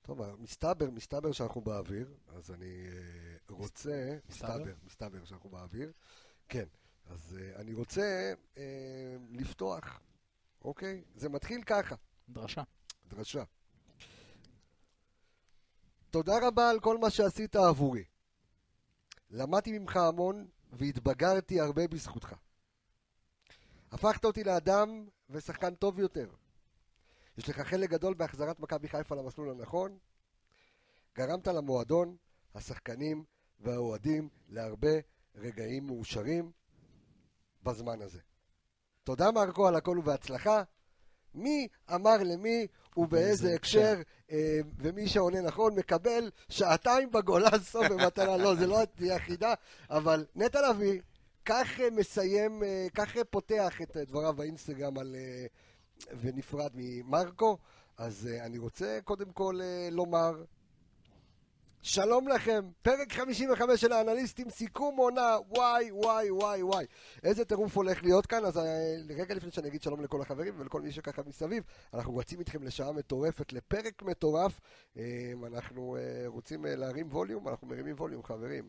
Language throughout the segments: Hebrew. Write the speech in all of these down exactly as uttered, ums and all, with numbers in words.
טוב, מסתבר, מסתבר שאנחנו באוויר, אז אני רוצה... מסתבר, מסתבר שאנחנו באוויר. כן, אז אני רוצה לפתוח, אוקיי? זה מתחיל ככה. דרשה. דרשה. תודה רבה על כל מה שעשית עבורי. למדתי ממך המון והתבגרתי הרבה בזכותך. הפכת אותי לאדם ושחקן טוב יותר. יש לך חלק גדול בהחזרת מכבי חיפה למסלול הנכון. גרמת למועדון, השחקנים והאוהדים להרבה רגעים מאושרים בזמן הזה. תודה מרקו על הכל ובהצלחה. מי אמר למי ובאיזה הקשר, ומי שעונה נכון מקבל שעתיים בגולסו במטרה. לא, זה לא תהיה יחידה, אבל נטע לביא כך מסיים, כך פותח את דבריו באינסטגרם על... ונפרד ממרקו. אז אני רוצה קודם כל לומר שלום לכם, פרק חמישים וחמש של האנליסטים, סיכום עונה, וואי וואי וואי וואי, איזה טירוף הולך להיות כאן. אז רגע לפני שאני אגיד שלום לכל החברים ולכל מי שככה מסביב, אנחנו רצים איתכם לשעה מטורפת, לפרק מטורף. אנחנו רוצים להרים ווליום, אנחנו מרימים ווליום חברים.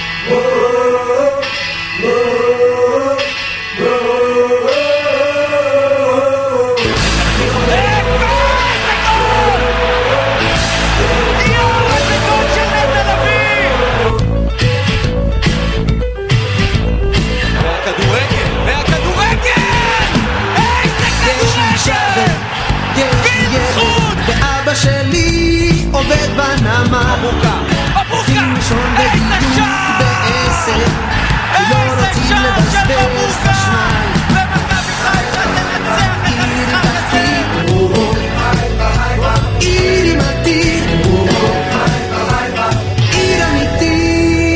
ואבא שלי עובד בנמל, הולכים לישון בדיוק בעשר, לא רוצים לבזבז חשמל. ומכבי חיפה תנצח את המשחק הזה. עיר עם עתיד, עיר אמיתית.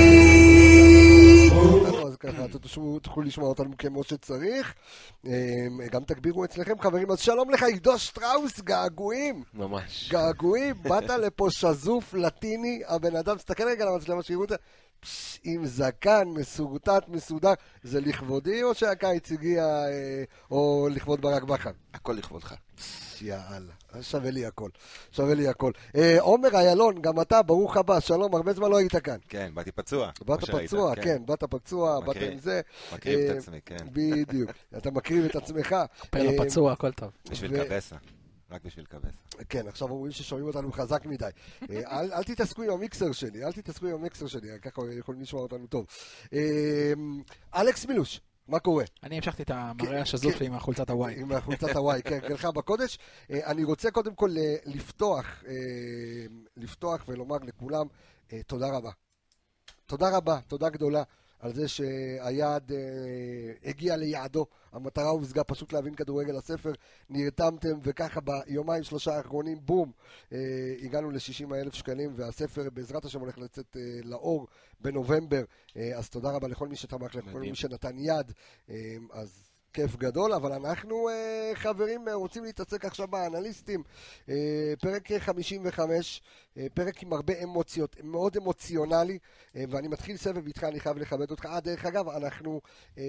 אז ככה תוכלו לשמוע אותנו כמו שצריך, גם תגבירו אצלכם חברים. אז שלום לך עידו שטראוס, געגועים ממש געגועים, באת לפה שזוף לטיני, הבן אדם, תסתכל רגע למצלמה שיראו את זה, עם זקן מסורטט מסודר. זה לכבודי או שהקיץ הגיע, או לכבוד ברק בכר? הכל לכבודך. יאללה, שווה לי הכל, שווה לי הכל. עומר איילון, גם אתה, ברוך הבא, שלום, הרבה זמן לא היית כאן. כן, באתי פצוע. באת פצוע, כן, באת פצוע, באת עם זה. מקריב את עצמי, כן. בדיוק, אתה מקריב את עצמך. פלא פצוע, הכל טוב. בשביל קבסה, רק בשביל קבסה. כן, עכשיו אומרים ששומעים אותנו חזק מדי. אל תתעסקו עם המיקסר שלי, אל תתעסקו עם המיקסר שלי, ככה יכולים לשמוע אותנו טוב. אלכס מילוש. מה קורה? אני המשכתי את המראה השזוף שלי עם החולצת הוואי. עם החולצת הוואי, כן, גלך בקודש. אני רוצה קודם כל לפתוח, לפתוח ולומר לכולם, תודה רבה. תודה רבה, תודה גדולה על זה שהיעד הגיע ליעדו, המטרה הושגה, פשוט להבין כדורגל הספר, נרתמתם וככה ביומיים שלושה האחרונים, בום, הגענו ל-שישים אלף שקלים, והספר בעזרת השם הולך לצאת לאור בנובמבר, אז תודה רבה לכל מי שתמך, לכל מי שנתן יד, אז כיף גדול. אבל אנחנו חברים רוצים להתעסק עכשיו באנליסטים, פרק חמישים וחמש, פרק עם הרבה אמוציות, מאוד אמוציונלי, ואני מתחיל סבב איתך, אני חייב לכבד אותך. אה, דרך אגב, אנחנו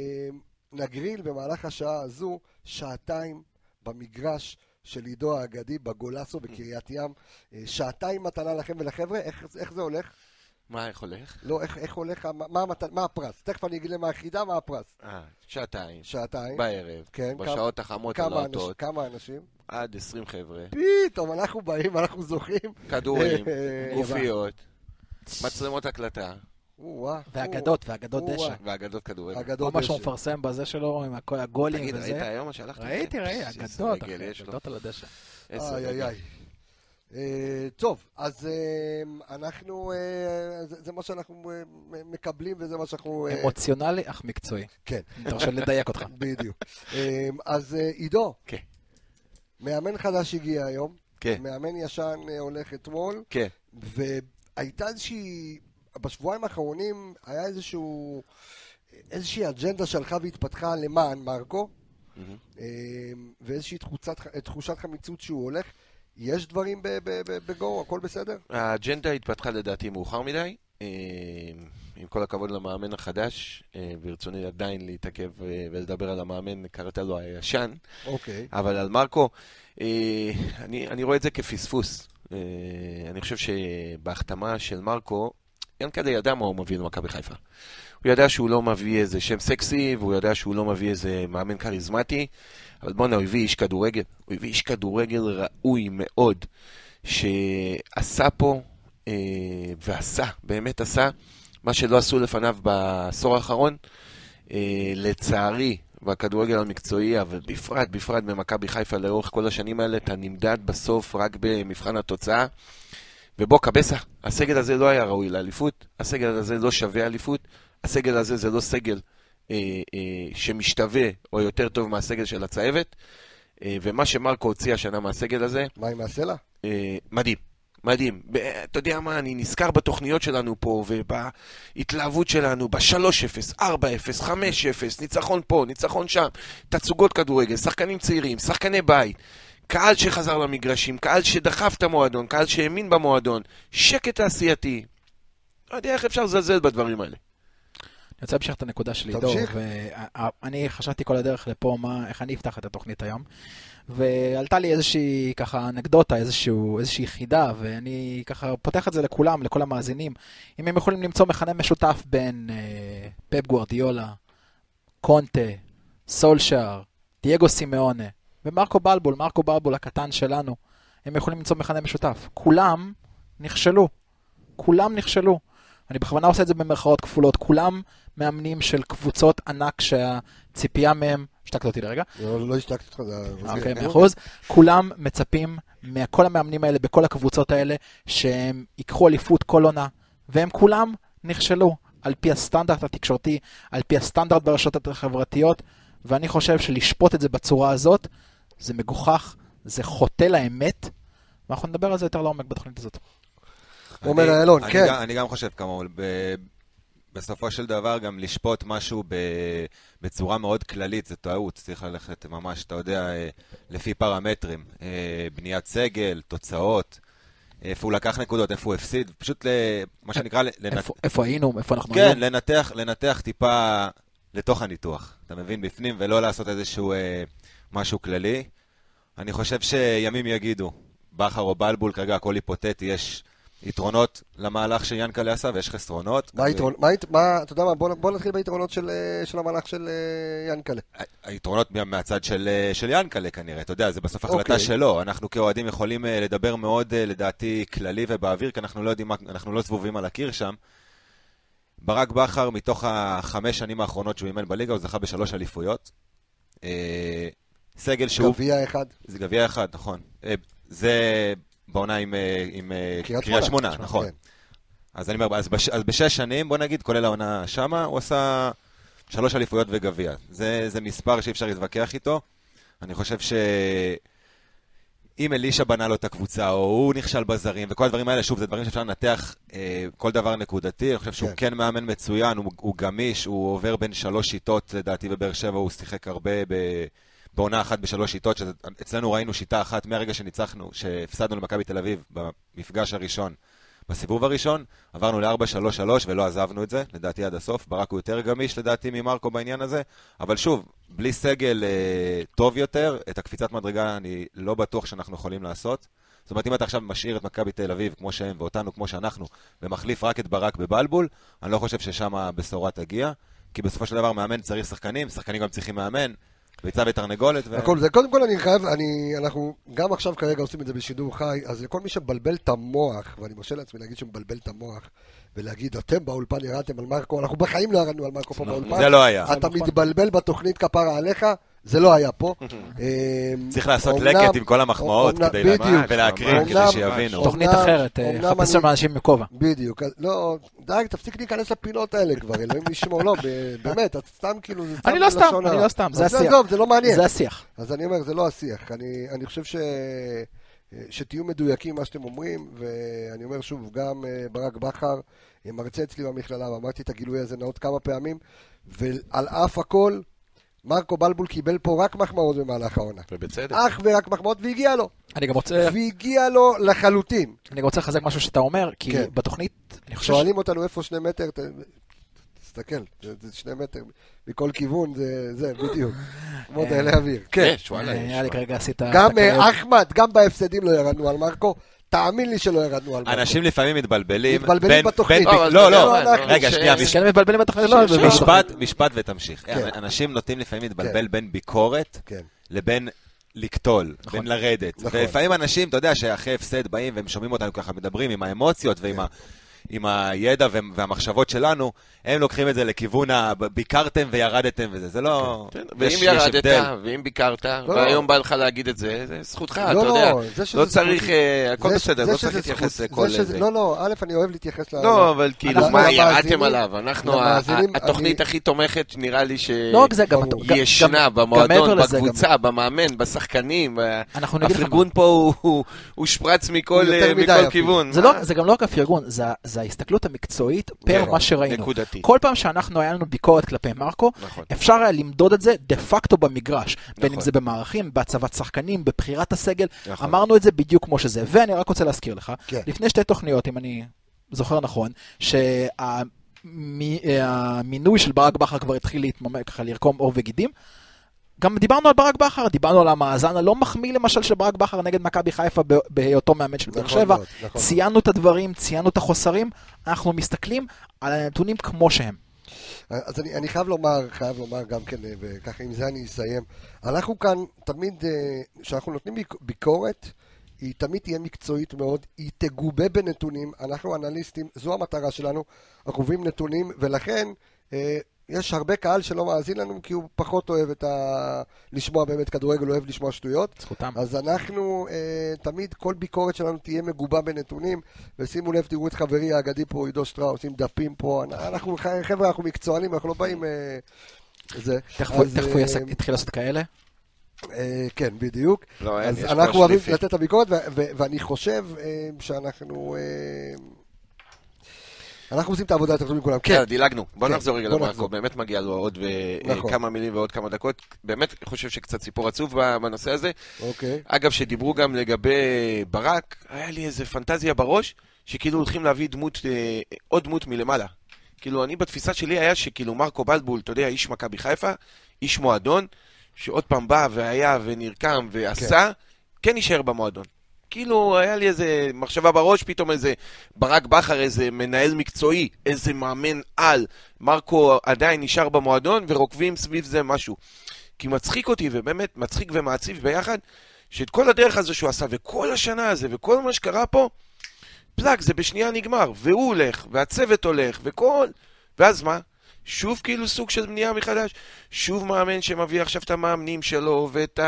נגריל במהלך השעה הזו שעתיים במגרש של עידו האגדי בגולסו בקריית ים, שעתיים מתנה לכם ולחבר'ה. איך, איך זה הולך? מה, איך הולך? לא, איך, איך הולך, מה, מה, מה הפרס? תכף אני אגיד למה החידה, מה הפרס? אה, שעתיים. שעתיים. בערב. כן. בשעות החמות הלהטות. כמה אנשים? עד עשרים חבר'ה. פתאום, אנחנו באים, אנחנו זוכים. כדורים, גופיות, מצלמות הקלטה. והגדות, והגדות דשא. והגדות כדורגל. או מה שהוא מפרסם בזה שלו, עם הגולים וזה. תגיד, ראית היום מה שהלכת? ראיתי, ראיתי, הגדות, הגדות על הדשא. איי, איי, איי. טוב, אז אנחנו, זה מה שאנחנו מקבלים וזה מה שאנחנו... אמוציונלי אך מקצועי. כן. תרשה לדייק אותך. בדיוק. אז עידו, כן. מאמן חדש הגיע היום. כן. מאמן ישן הולך אתמול. כן. והייתה איזושהי, בשבועיים האחרונים היה איזשהו, איזושהי אג'נדה שהלכה והתפתחה למען מרקו, ואיזושהי תחושת חמיצות שהוא הולך. יש דברים בגו, הכל בסדר? האג'נדה התפתחה לדעתי מאוחר מדי, עם כל הכבוד למאמן החדש, ברצוני עדיין להתעכב ולדבר על המאמן, קראת לו הישן, אוקיי. אבל על מרקו, אני, אני רואה את זה כפספוס. אני חושב שבהחתמה של מרקו, ינקלה ידע מה הוא מביא למכבי חיפה. הוא ידע שהוא לא מביא איזה שם סקסי, והוא ידע שהוא לא מביא איזה מאמן קריזמטי, אבל בוא'נה, הוא הביא איש כדורגל. הוא הביא איש כדורגל ראוי מאוד, שעשה פה, אה, ועשה, באמת עשה, מה שלא עשו לפניו בעשור האחרון, אה, לצערי, בכדורגל המקצועי, אבל בפרט, בפרט במכבי חיפה לאורך כל השנים האלה, אתה נמדד בסוף רק במבחן התוצאה, ובוא קבסה, הסגל הזה לא היה ראוי לאליפות, הסגל הזה לא שווה אליפות, הסגל הזה זה לא סגל אה, אה, שמשתווה או יותר טוב מהסגל של הצהבת, אה, ומה שמרקו הוציא השנה מהסגל הזה... מה עם הסלע? אה, מדהים, מדהים. ב- אתה יודע מה, אני נזכר בתוכניות שלנו פה, ובהתלהבות שלנו, ב-שלוש אפס, ארבע אפס, חמש אפס, ניצחון פה, ניצחון שם, תצוגות כדורגל, שחקנים צעירים, שחקני בית, קהל שחזר למגרשים, קהל שדחף את המועדון, קהל שהאמין במועדון, שקט תעשייתי. לא יודע איך אפשר לזלזל בדברים האלה. אני רוצה להמשיך את הנקודה שלי, דור, ואני חשבתי כל הדרך לפה מה, איך אני אפתח את התוכנית היום, ועלתה לי איזושהי ככה אנקדוטה, איזשהו, איזושהי חידה, ואני ככה פותח את זה לכולם, לכל המאזינים, אם הם יכולים למצוא מכנה משותף בין אה, פפ גוארדיולה, קונטה, סולשאר, דייגו סימאונה, ומרקו בלבול, מרקו בלבול הקטן שלנו, הם יכולים למצוא מכנה משותף. כולם נכשלו, כולם נכשלו. אני בכוונה עושה את זה במרכאות כפולות, כולם מאמנים של קבוצות ענק שהציפייה מהם, השתקת אותי לרגע. לא, לא השתקת אותך, זה... אוקיי, מאה אחוז. כולם מצפים מכל המאמנים האלה, בכל הקבוצות האלה, שהם ייקחו אליפות כל עונה, והם כולם נכשלו על פי הסטנדרט התקשורתי, על פי הסטנדרט ברשתות החברתיות, ואני חושב שלשפוט את זה בצורה הזאת, זה מגוחך, זה חוטא לאמת, ואנחנו נדבר על זה יותר לעומק בתוכנית הזאת. אומר האלון, כן. אני, אני גם חושב כמוהו, ב- בסופו של דבר גם לשפוט משהו ב- בצורה מאוד כללית, זה טעות, צריך ללכת ממש, אתה יודע, לפי פרמטרים, בניית סגל, תוצאות, איפה הוא לקח נקודות, איפה הוא הפסיד, פשוט מה שנקרא... איפה, איפה היינו, איפה אנחנו כן, היום? כן, לנתח, לנתח טיפה לתוך הניתוח, אתה מבין, בפנים, ולא לעשות איזשהו משהו כללי. אני חושב שימים יגידו, בחר או בלבול, כרגע הכל היפותטי, יש... יתרונות למהלך שיאנקלה עשה, ויש חסרונות. מה היתרון? מה, אתה יודע מה, בוא נתחיל ביתרונות של המהלך של יאנקלה. היתרונות מהצד של יאנקלה כנראה, אתה יודע, זה בסוף החלטה שלו. אנחנו כאוהדים יכולים לדבר מאוד, לדעתי, כללי ובאוויר, כי אנחנו לא יודעים, אנחנו לא סבובים על הקיר שם. ברק בכר, מתוך החמש שנים האחרונות שהוא אימן בליגה, הוא זכה בשלוש אליפויות. סגל שהוא... גביע אחד. זה גביע אחד, נכון. זה... בעונה עם, עם קריית שמונה, נכון. כן. אז אני אומר, אז, בש, אז בשש שנים, בוא נגיד, כולל העונה שמה, הוא עשה שלוש אליפויות וגביע. זה, זה מספר שאי אפשר להתווכח איתו. אני חושב שאם אלישה בנה לו את הקבוצה, או הוא נכשל בזרים, וכל הדברים האלה, שוב, זה דברים שאפשר לנתח אה, כל דבר נקודתי. אני חושב שהוא כן, כן מאמן מצוין, הוא, הוא גמיש, הוא עובר בין שלוש שיטות, לדעתי בבאר שבע, הוא שיחק הרבה ב... בעונה אחת בשלוש שיטות, שאצלנו ראינו שיטה אחת מהרגע שניצחנו, שהפסדנו למכבי תל אביב במפגש הראשון, בסיבוב הראשון, עברנו ל-ארבע שלוש שלוש ולא עזבנו את זה, לדעתי עד הסוף, ברק הוא יותר גמיש לדעתי ממרקו בעניין הזה, אבל שוב, בלי סגל אה, טוב יותר, את הקפיצת מדרגה אני לא בטוח שאנחנו יכולים לעשות, זאת אומרת אם אתה עכשיו משאיר את מכבי תל אביב כמו שהם ואותנו כמו שאנחנו, ומחליף רק את ברק בבלבול, אני לא חושב ששם הבשורה תגיע, כי בסופו של דבר מאמן צריך שחקנים, שחקנים גם צריכים מאמן, ביצה ותרנגולת ו... הכל, זה קודם כל אני חייב, אני, אנחנו גם עכשיו כרגע עושים את זה בשידור חי, אז לכל מי שבלבל את המוח, ואני מרשה לעצמי להגיד שמבלבל את המוח, ולהגיד, אתם באולפן ירדתם על מרקו, אנחנו בחיים לא ירדנו על מרקו פה באולפן. זה לא היה. אתה מתבלבל בתוכנית כפרה עליך, זה לא היה פה. צריך לעשות לקט עם כל המחמאות כדי להקריא, כדי שיבינו. תוכנית אחרת, חפש שם אנשים מכובע. בדיוק. לא, די, תפסיק להיכנס לפינות האלה כבר, אלוהים לשמור, לא, באמת, את סתם כאילו... אני לא סתם, אני לא סתם, זה השיח. זה לא מעניין. זה השיח. אז אני אומר, זה לא השיח. אני חושב ש... שתהיו מדויקים מה שאתם אומרים, ואני אומר שוב, גם ברק בכר, מרצה אצלי במכללה, ואמרתי את הגילוי הזה נאות כמה פעמים, ועל אף הכל, מרקו בלבול קיבל פה רק מחמאות במהלך העונה. ובצדק. אך ורק מחמאות, והגיע לו. אני גם רוצה... והגיע לו לחלוטין. אני רוצה לחזק משהו שאתה אומר, כי כן. בתוכנית... שואלים ש... אותנו איפה שני מטר, ת... תסתכל, זה, זה שני מטר מכל כיוון, זה, זה בדיוק. כמו דיילי אוויר. כן. היה לי כרגע עשית... גם אחמד, גם בהפסדים לא ירדנו על מרקו. תאמין לי שלא ירדנו על מרקו. אנשים לפעמים מתבלבלים. מתבלבלים בתוכנית. לא, לא, רגע, שנייה. כן, מתבלבלים בתוכנית. משפט ותמשיך. אנשים נוטים לפעמים להתבלבל בין ביקורת לבין לקטול, בין לרדת. ולפעמים אנשים, אתה יודע, שאחרי הפסד באים והם שומעים אותנו ככה, מדברים עם האמוציות ועם ה... עם הידע והמחשבות שלנו, הם לוקחים את זה לכיוון הביקרתם וירדתם וזה, זה לא... ואם ירדת, ואם ביקרת, והיום בא לך להגיד את זה, זה זכותך, אתה יודע. לא צריך, הכל בסדר, לא צריך להתייחס לכל זה. לא, לא, א', אני אוהב להתייחס ל... לא, אבל כאילו, מה, ירדתם עליו? אנחנו, התוכנית הכי תומכת, נראה לי שישנה במועדון, בקבוצה, במאמן, בשחקנים, הפרגון פה הוא שפרץ מכל כיוון. זה גם לא רק הפרגון, זה ההסתכלות המקצועית פר מה שראינו. כל פעם שאנחנו היה לנו ביקורת כלפי מרקו, אפשר היה למדוד את זה דה פקטו במגרש, בין אם זה במערכים, בהצבת שחקנים, בבחירת הסגל, אמרנו את זה בדיוק כמו שזה. ואני רק רוצה להזכיר לך, לפני שתי תוכניות, אם אני זוכר נכון, שהמינוי של ברק בכר כבר התחיל ככה לרקום אור וגידים, גם דיברנו על ברק בכר, דיברנו על המאזן הלא מחמיא למשל של ברק בכר נגד מכבי חיפה בהיותו מאמן של באר שבע, ציינו את הדברים, ציינו את החוסרים, אנחנו מסתכלים על הנתונים כמו שהם. אז אני, אני חייב לומר, חייב לומר גם כן, וככה עם זה אני אסיים, אנחנו כאן תמיד, כשאנחנו נותנים ביקורת, היא תמיד תהיה מקצועית מאוד, היא תגובה בנתונים, אנחנו אנליסטים, זו המטרה שלנו, אנחנו קובעים נתונים, ולכן יש הרבה קהל שלא מאזין לנו, כי הוא פחות אוהב את ה... לשמוע באמת כדורגל, הוא אוהב לשמוע שטויות. זכותם. אז אנחנו, אה, תמיד כל ביקורת שלנו תהיה מגובה בנתונים, ושימו לב, תראו את חברי האגדי פה, עידו שטראוס, עם דפים פה, אנחנו, חבר'ה, אנחנו מקצוענים, אנחנו לא באים... אה, זה. תכף הוא יתחיל לעשות כאלה? כן, בדיוק. לא, אז אנחנו אוהבים לתת את הביקורת, ואני חושב שאנחנו... אנחנו עושים את העבודה יותר טוב מכולם. כן, דילגנו. בוא נחזור רגע למרקו. באמת מגיע לו עוד כמה מילים ועוד כמה דקות. באמת חושב שקצת סיפור עצוב בנושא הזה. אגב, שדיברו גם לגבי ברק, היה לי איזה פנטזיה בראש, שכאילו הולכים להביא דמות, עוד דמות מלמעלה. כאילו, אני בתפיסה שלי היה שכאילו מרקו בלבול, אתה יודע, איש מכבי חיפה, איש מועדון, שעוד פעם בא והיה ונרקם ועשה, כן יישאר במועדון. כאילו, היה לי איזה מחשבה בראש, פתאום איזה ברק בכר, איזה מנהל מקצועי, איזה מאמן על, מרקו עדיין נשאר במועדון, ורוקבים סביב זה משהו. כי מצחיק אותי, ובאמת מצחיק ומעציב ביחד, שאת כל הדרך הזו שהוא עשה, וכל השנה הזה, וכל מה שקרה פה, פלאק, זה בשנייה נגמר, והוא הולך, והצוות הולך, וכל... ואז מה? שוב כאילו סוג של בנייה מחדש, שוב מאמן שמביא עכשיו את המאמנים שלו, ואת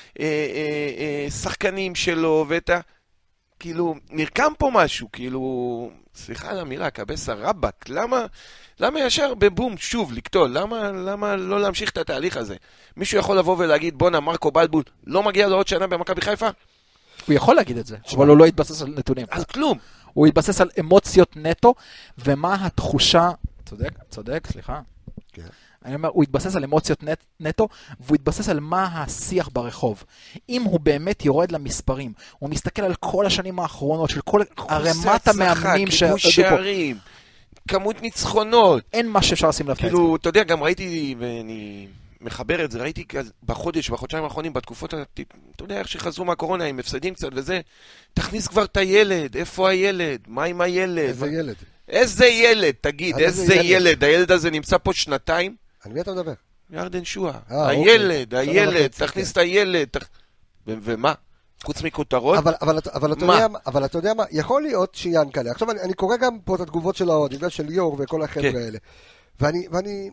השחקנים שלו, ואת ה... כאילו, נרקם פה משהו, כאילו, סליחה על המילה, כבס הרבק, למה, למה ישר בבום, שוב, לקטול, למה, למה לא להמשיך את התהליך הזה? מישהו יכול לבוא ולהגיד, בונה, מרקו בלבול, לא מגיע לו עוד שנה במכבי חיפה? הוא יכול להגיד את זה, אבל הוא לא יתבסס על נתונים. על כלום. הוא יתבסס על אמוציות נטו, ומה התחושה... צודק, צודק, סליחה. כן. אני אומר, הוא התבסס על אמוציות נט, נטו, והוא התבסס על מה השיח ברחוב. אם הוא באמת יורד למספרים, הוא מסתכל על כל השנים האחרונות, של כל הרמת המאמנים ש... כיבוש שערים, כמות ניצחונות. אין מה שאפשר לשים לפני. כאילו, אתה יודע, גם ראיתי, ואני מחבר את זה, ראיתי בחודש, בחודשיים האחרונים, בתקופות, אתה יודע, איך שחזרו מהקורונה, עם הפסדים קצת וזה, תכניס כבר את הילד, איפה הילד? מה עם הילד? איזה ילד? איזה ילד, תגיד, איזה ילד? הילד הזה נמצא פה שנתיים? על מי אתה מדבר? ירדן שואה. הילד, הילד, תכניס את הילד. ומה? חוץ מכותרות? אבל אתה יודע מה? יכול להיות שיאנקלה. עכשיו אני קורא גם פה את התגובות של האוהדים, של ליאור וכל החבר'ה האלה. ואני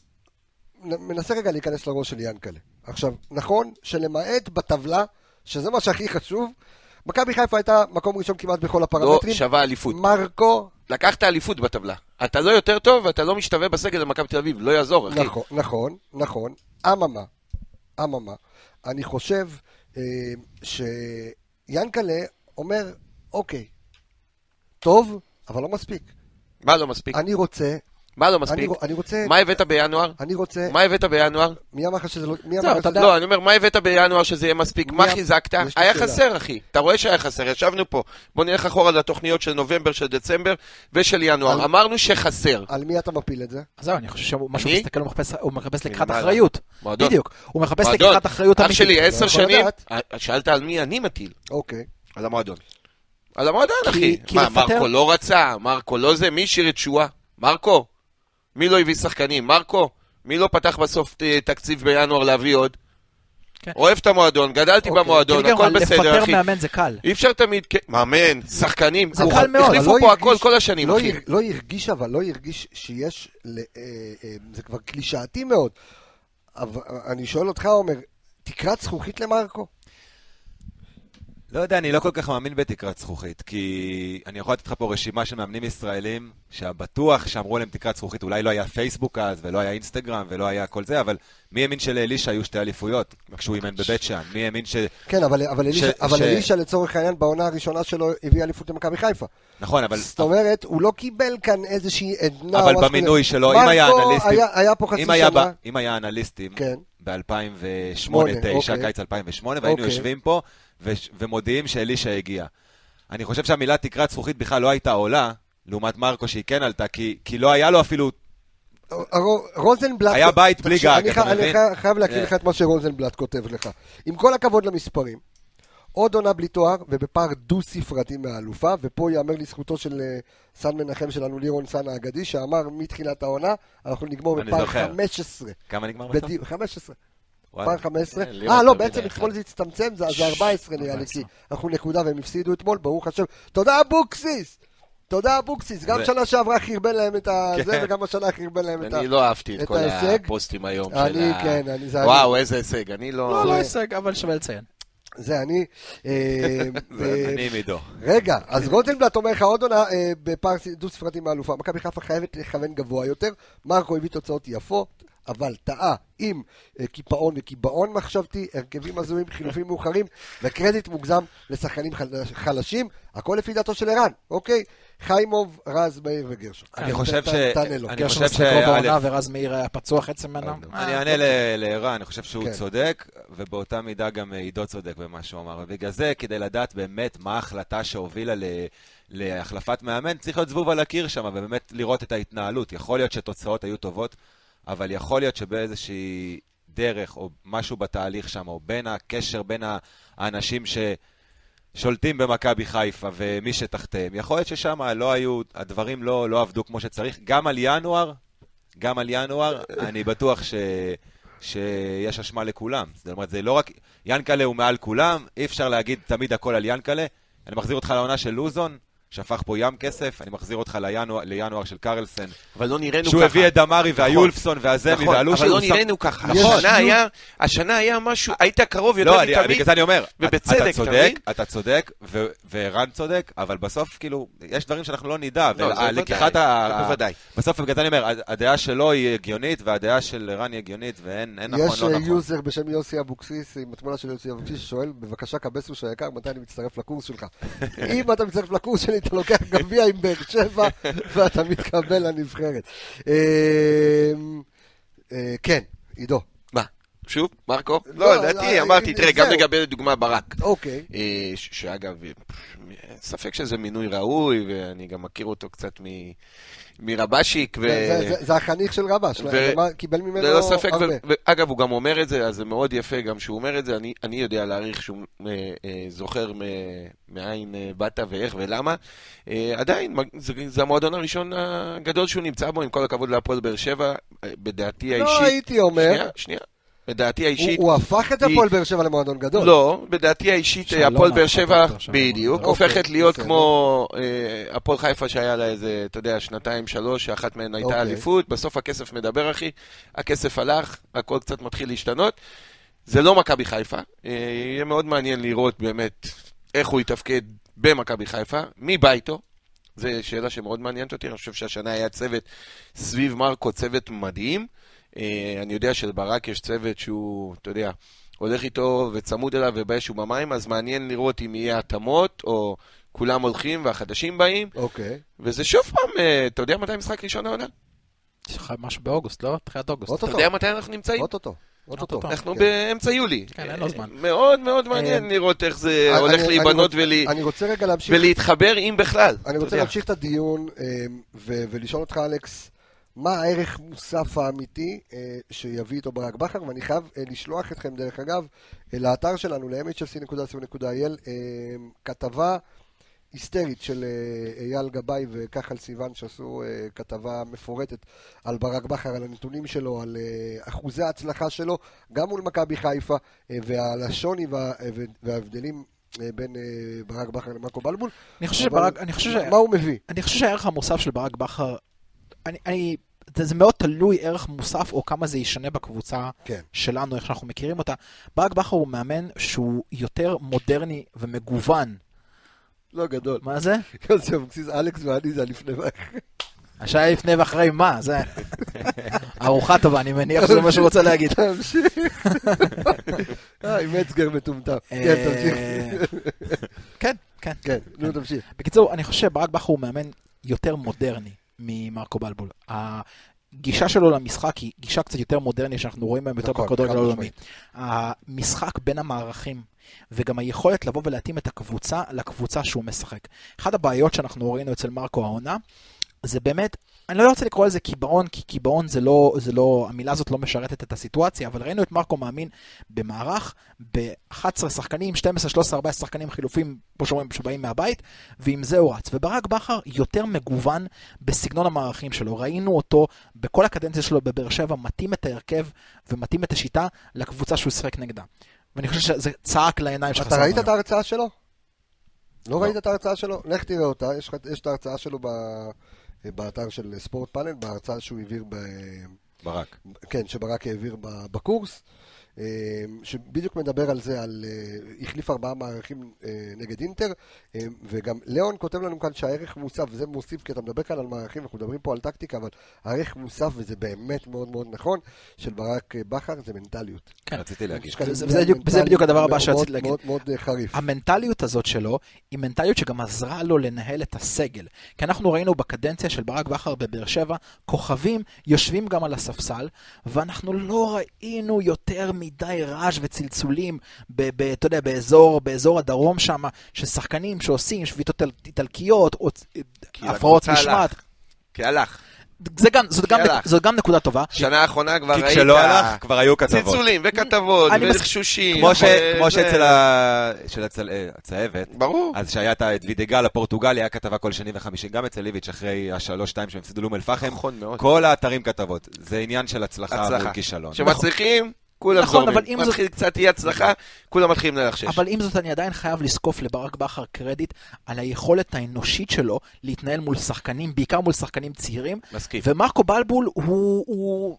מנסה רגע להיכנס לראש של יאנקלה. עכשיו, נכון שלמעט בטבלה, שזה מה שהכי חשוב, מכבי חיפה הייתה מקום ראשון כמעט בכל הפרמטרים. לא שווה אליפות. מרקו... לקחת אליפות בטבלה. אתה לא יותר טוב ואתה לא משתווה בסגל למכבי תל אביב. לא יעזור, אחי. נכון, נכון, נכון. אממה, אממה. אני חושב אה, שיאנקלה אומר, אוקיי, טוב, אבל לא מספיק. מה לא מספיק? אני רוצה... מה לא מספיק? אני רוצה... מה הבאת בינואר? אני רוצה... מה הבאת בינואר? מי אמר לך שזה לא... לא, אני אומר, מה הבאת בינואר שזה יהיה מספיק? מה חיזקת? היה חסר, אחי. אתה רואה שהיה חסר, ישבנו פה. בוא נלך אחורה לתוכניות של נובמבר, של דצמבר ושל ינואר. אמרנו שחסר. על מי אתה מפיל את זה? אז זהו, אני חושב שמה שהוא מסתכל, הוא מחפש לקחת אחריות. בדיוק. הוא מחפש לקחת אחריות אמיתית. אח שלי, עשר שנים, שאלת על מי אני מטיל. אוקיי. על המועדון. על המועדון, אחי. מה, מרקו לא רצה? מרקו לא זה? מי השאיר את שואה? מרקו? מי לא הביא שחקנים? מרקו? מי לא פתח בסוף תקציב בינואר להביא עוד? אוהב את המועדון, גדלתי במועדון, הכל בסדר, אחי. לפטר מאמן זה קל. אי אפשר תמיד, מאמן, שחקנים, זה קל מאוד. החליפו פה הכל כל השנים, אחי. לא הרגיש, אבל לא הרגיש שיש, זה כבר קלישאתי מאוד. אני שואל אותך, אומר, תקרת זכוכית למרקו? לא יודע, אני לא כל כך מאמין בתקרת זכוכית, כי אני יכול לתת לך פה רשימה של מאמנים ישראלים, שהבטוח שאמרו להם תקרת זכוכית, אולי לא היה פייסבוק אז, ולא היה אינסטגרם, ולא היה כל זה, אבל מי האמין שלאלישה היו שתי אליפויות, כשהוא אימן בבית שאן? מי האמין ש... כן, אבל, אבל, אלישה, ש... אבל ש... אלישה לצורך העניין, בעונה הראשונה שלו הביא אליפות למכבי חיפה. נכון, אבל... זאת אומרת, הוא לא קיבל כאן איזושהי עדנה... אבל במינוי שלו, אם היה אנליסטים... היה, היה פה חצי אם היה, שנה... אם היה אנליסטים, כן. ב-אלפיים ושמונה תשע, קיץ אלפיים ושמונה, והיינו יושבים פה ו- ומודיעים שאלישה הגיע. אני חושב שהמילה תקרת זכוכית בכלל לא הייתה עולה, לעומת מרקו שהיא כן עלתה, כי, כי לא היה לו אפילו... רוזנבלט... היה בית בלי גג, אתה מבין? אני חייב להקריא לך את מה שרוזנבלט כותב לך. עם כל הכבוד למספרים, עוד עונה בלי תואר, ובפער דו ספרתי מהאלופה, ופה יאמר לזכותו של סן מנחם שלנו, לירון סן האגדי, שאמר מתחילת העונה, אנחנו נגמור בפער חמש עשרה. כמה נגמר בסוף? חמש עשרה. פער חמש עשרה. אה, לא, בעצם אתמול זה הצטמצם, זה ארבע עשרה נראה לי, כי אנחנו נקודה והם הפסידו אתמול, ברוך השם. תודה אבוקסיס! תודה אבוקסיס, גם שנה שעברה חרבן להם את זה, וגם השנה חרבן להם את ההישג. אני לא אהבתי את כל הפוסטים היום של ה... אני, כן, אני... וואו, איזה הישג, אני לא... לא, לא הישג, אבל שווה לציין. זה אני... אני מידו. רגע, אז רוזנבלט אומר לך עוד עונה בפער דו ספרתי מהאלופה. מכבי חיפה חייבת לכוון גבוה יותר. מרקו הביא תוצאות יפות, אבל טעה עם קיפאון וקיבעון מחשבתי, הרכבים הזויים, חילופים מאוחרים, וקרדיט מוגזם לשחקנים חלשים. הכל לפי דעתו של ערן, אוקיי? חיימוב, רז, מאיר וגרשון. אני חושב ש... אני חושב שהעונה ורז מאיר היה פצוע חצי ממנו. אני אענה לערן, אני חושב שהוא צודק, ובאותה מידה גם עידו צודק במה שהוא אמר. ובגלל זה, כדי לדעת באמת מה ההחלטה שהובילה להחלפת מאמן, צריך להיות זבוב על הקיר שם, ובאמת לראות את ההתנהלות. יכול להיות שתוצאות היו טובות, אבל יכול להיות שבאיזושהי דרך, או משהו בתהליך שם, או בין הקשר, בין האנשים ש... שולטים במכבי חיפה ומי שתחתיהם. יכול להיות ששם לא היו, הדברים לא, לא עבדו כמו שצריך. גם על ינואר, גם על ינואר, אני בטוח ש, שיש אשמה לכולם. זאת אומרת, זה לא רק, ינקלה הוא מעל כולם, אי אפשר להגיד תמיד הכל על ינקלה. אני מחזיר אותך לעונה של לוזון, שהפך פה ים כסף, אני מחזיר אותך לינואר, לינואר של קרלסן. אבל לא נראינו שהוא ככה. הביא את דמרי והיולפסון והזמי והלושי. אבל לא נראינו ככה. השנה היה, השנה היה משהו, היית קרוב יותר מתמיד. לא, בגלל זה אני אומר, ובצדק, אתה צודק, אתה צודק, וערן צודק, אבל בסוף, כאילו, יש דברים שאנחנו לא נדע, ולקיחת ה... בוודאי. בסוף, בגלל זה אני אומר, הדעה שלו היא הגיונית, והדעה של ערן היא הגיונית, ואין נכון, לא נכון. יש יוזר בשם יוסי אבוקסיס, עם התמונה של יוסי אבוקסיס, ששואל, בבקשה קבסו שהיקר, מתי אני מצטרף לקורס שלך? אם אתה מצטרף לקורס שלי, אתה לוקח גביע עם באר שבע, ואתה מתקבל לנבחרת. כן, עידו. מה? שוב? מרקו? לא, לדעתי, אמרתי, תראה, גם לגבי לדוגמה ברק. אוקיי. שאגב, ספק שזה מינוי ראוי, ואני גם מכיר אותו קצת מרבשיק. זה החניך של רבש, קיבל ממנו הרבה. אגב, הוא גם אומר את זה, אז זה מאוד יפה גם שהוא אומר את זה, אני יודע להעריך שהוא זוכר מאין באת ואיך ולמה. עדיין, זה המועדון הראשון הגדול שהוא נמצא בו, עם כל הכבוד להפועל באר שבע, בדעתי האישית. לא הייתי אומר. שנייה, שנייה. בדעתי האישית... הוא הפך את הפועל באר שבע למועדון גדול. לא, בדעתי האישית הפועל באר שבע, בדיוק, הופכת להיות כמו הפועל חיפה שהיה לה איזה, אתה יודע, שנתיים, שלוש, שאחת מהן הייתה אליפות, בסוף הכסף מדבר, אחי, הכסף הלך, הכל קצת מתחיל להשתנות. זה לא מכבי חיפה, יהיה מאוד מעניין לראות באמת איך הוא יתפקד במכבי חיפה, מי בא איתו, זו שאלה שמאוד מעניינת אותי, אני חושב שהשנה היה צוות סביב מרקו, צוות מדהים, אני יודע שלברק יש צוות שהוא, אתה יודע, הולך איתו וצמוד אליו ובאיזשהו במים, אז מעניין לראות אם יהיה התאמות, או כולם הולכים והחדשים באים. אוקיי. וזה שוב פעם, אתה יודע מתי משחק ראשון העונה? יש לך משהו באוגוסט, לא? תחילת אוגוסט. אתה יודע מתי אנחנו נמצאים? אוטוטו. אנחנו באמצע יולי. כן, אין לו זמן. מאוד מאוד מעניין לראות איך זה הולך להיבנות ולהתחבר אם בכלל. אני רוצה להמשיך את הדיון ולשאול אותך, אלכס, מה הערך מוסף האמיתי שיביא איתו ברק בכר, ואני חייב לשלוח אתכם דרך אגב לאתר שלנו, ל-אם אייץ' אף סי נקודה סי או נקודה איי אל, כתבה היסטרית של אייל גבאי וכחל סיוון שעשו כתבה מפורטת על ברק בכר, על הנתונים שלו, על אחוזי ההצלחה שלו, גם מול מכבי חיפה, ועל השוני וההבדלים בין ברק בכר למרקו בלבול. אני חושב שברק, אני חושב ש... מה הוא מביא? אני חושב שהערך המוסף של ברק בכר, אני, אני, זה, זה מאוד תלוי ערך מוסף או כמה זה ישנה בקבוצה כן. שלנו, איך שאנחנו מכירים אותה. ברק בכר הוא מאמן שהוא יותר מודרני ומגוון. לא גדול. מה זה? יוסי אבוקסיס, אלכס ואני זה לפני ואחרי. השעה לפני ואחרי מה? זה ארוחה טובה, אני מניח שזה מה שהוא רוצה להגיד. תמשיך. אה, עם מצגר מטומטם. כן, תמשיך. כן, כן. כן, נו תמשיך. בקיצור, אני חושב שברק בכר הוא מאמן יותר מודרני ממרקו בלבול. הגישה שלו למשחק היא גישה קצת יותר מודרנית, שאנחנו רואים בהם יותר בכדורגל העולמי. המשחק בין המערכים, וגם היכולת לבוא ולהתאים את הקבוצה לקבוצה שהוא משחק. אחד הבעיות שאנחנו ראינו אצל מרקו העונה, זה באמת, אני לא רוצה לקרוא לזה קיבעון, כי קיבעון זה לא, זה לא, המילה הזאת לא משרתת את הסיטואציה, אבל ראינו את מרקו מאמין במערך, ב-אחד עשר שחקנים, שתים עשרה, שלוש עשרה, ארבע עשרה שחקנים חילופים, כמו שאומרים, שבאים מהבית, ועם זה הוא רץ. וברק בכר יותר מגוון בסגנון המערכים שלו. ראינו אותו בכל הקדנציה שלו בבאר שבע, מתאים את ההרכב ומתאים את השיטה לקבוצה שהוא שחק נגדה. ואני חושב שזה צעק לעיניים שלך. אתה ראית את ההרצאה שלו? לא ראית את ההרצאה שלו? לך תראה אותה, יש את ההרצאה שלו ב... באתר של ספורט פאנל, בהרצאה שהוא העביר ב... ברק. כן, שברק העביר בקורס, שבדיוק מדבר על זה, על החליף ארבעה מערכים נגד אינטר, וגם ליאון כותב לנו כאן שהערך מוסף, וזה מוסיף, כי אתה מדבר כאן על מערכים, אנחנו מדברים פה על טקטיקה, אבל הערך מוסף, וזה באמת מאוד מאוד נכון, של ברק בכר, זה מנטליות. כן, רציתי להגיד. וזה בדיוק הדבר הבא שרציתי להגיד. מאוד מאוד חריף. המנטליות הזאת שלו, היא מנטליות שגם עזרה לו לנהל את הסגל. כי אנחנו ראינו בקדנציה של ברק בכר בבאר שבע, כוכבים יושבים גם על הספסל, ואנחנו לא ראינו יותר מדי רעש וצלצולים, אתה יודע, באזור, באזור הדרום שם, ששחקנים שעושים שביתות איטלקיות, או הפרעות משמעת. כי הלך. זה גם, זאת גם, זאת גם נקודה טובה. שנה האחרונה כבר ראית... כי כשלא הלך, כבר היו כתבות. צלצולים וכתבות וחשושים. כמו שאצל הצהבת. ברור. אז שהיה את וידגל הפורטוגלי, היה כתבה כל שני וחמישי, גם אצל ליביץ' אחרי השלוש שתיים שהם הפסידו לאום אל-פחם. נכון מאוד. כל האתרים כתבות. זה עניין של הצלחה מול כישלון. שמצליחים, כולם זורמים. מתחיל קצת תהיה הצלחה, כולם מתחילים ללחשש. אבל עם זאת אני עדיין חייב לזקוף לברק בכר קרדיט על היכולת האנושית שלו להתנהל מול שחקנים, בעיקר מול שחקנים צעירים. מסכים. ומרקו בלבול הוא, הוא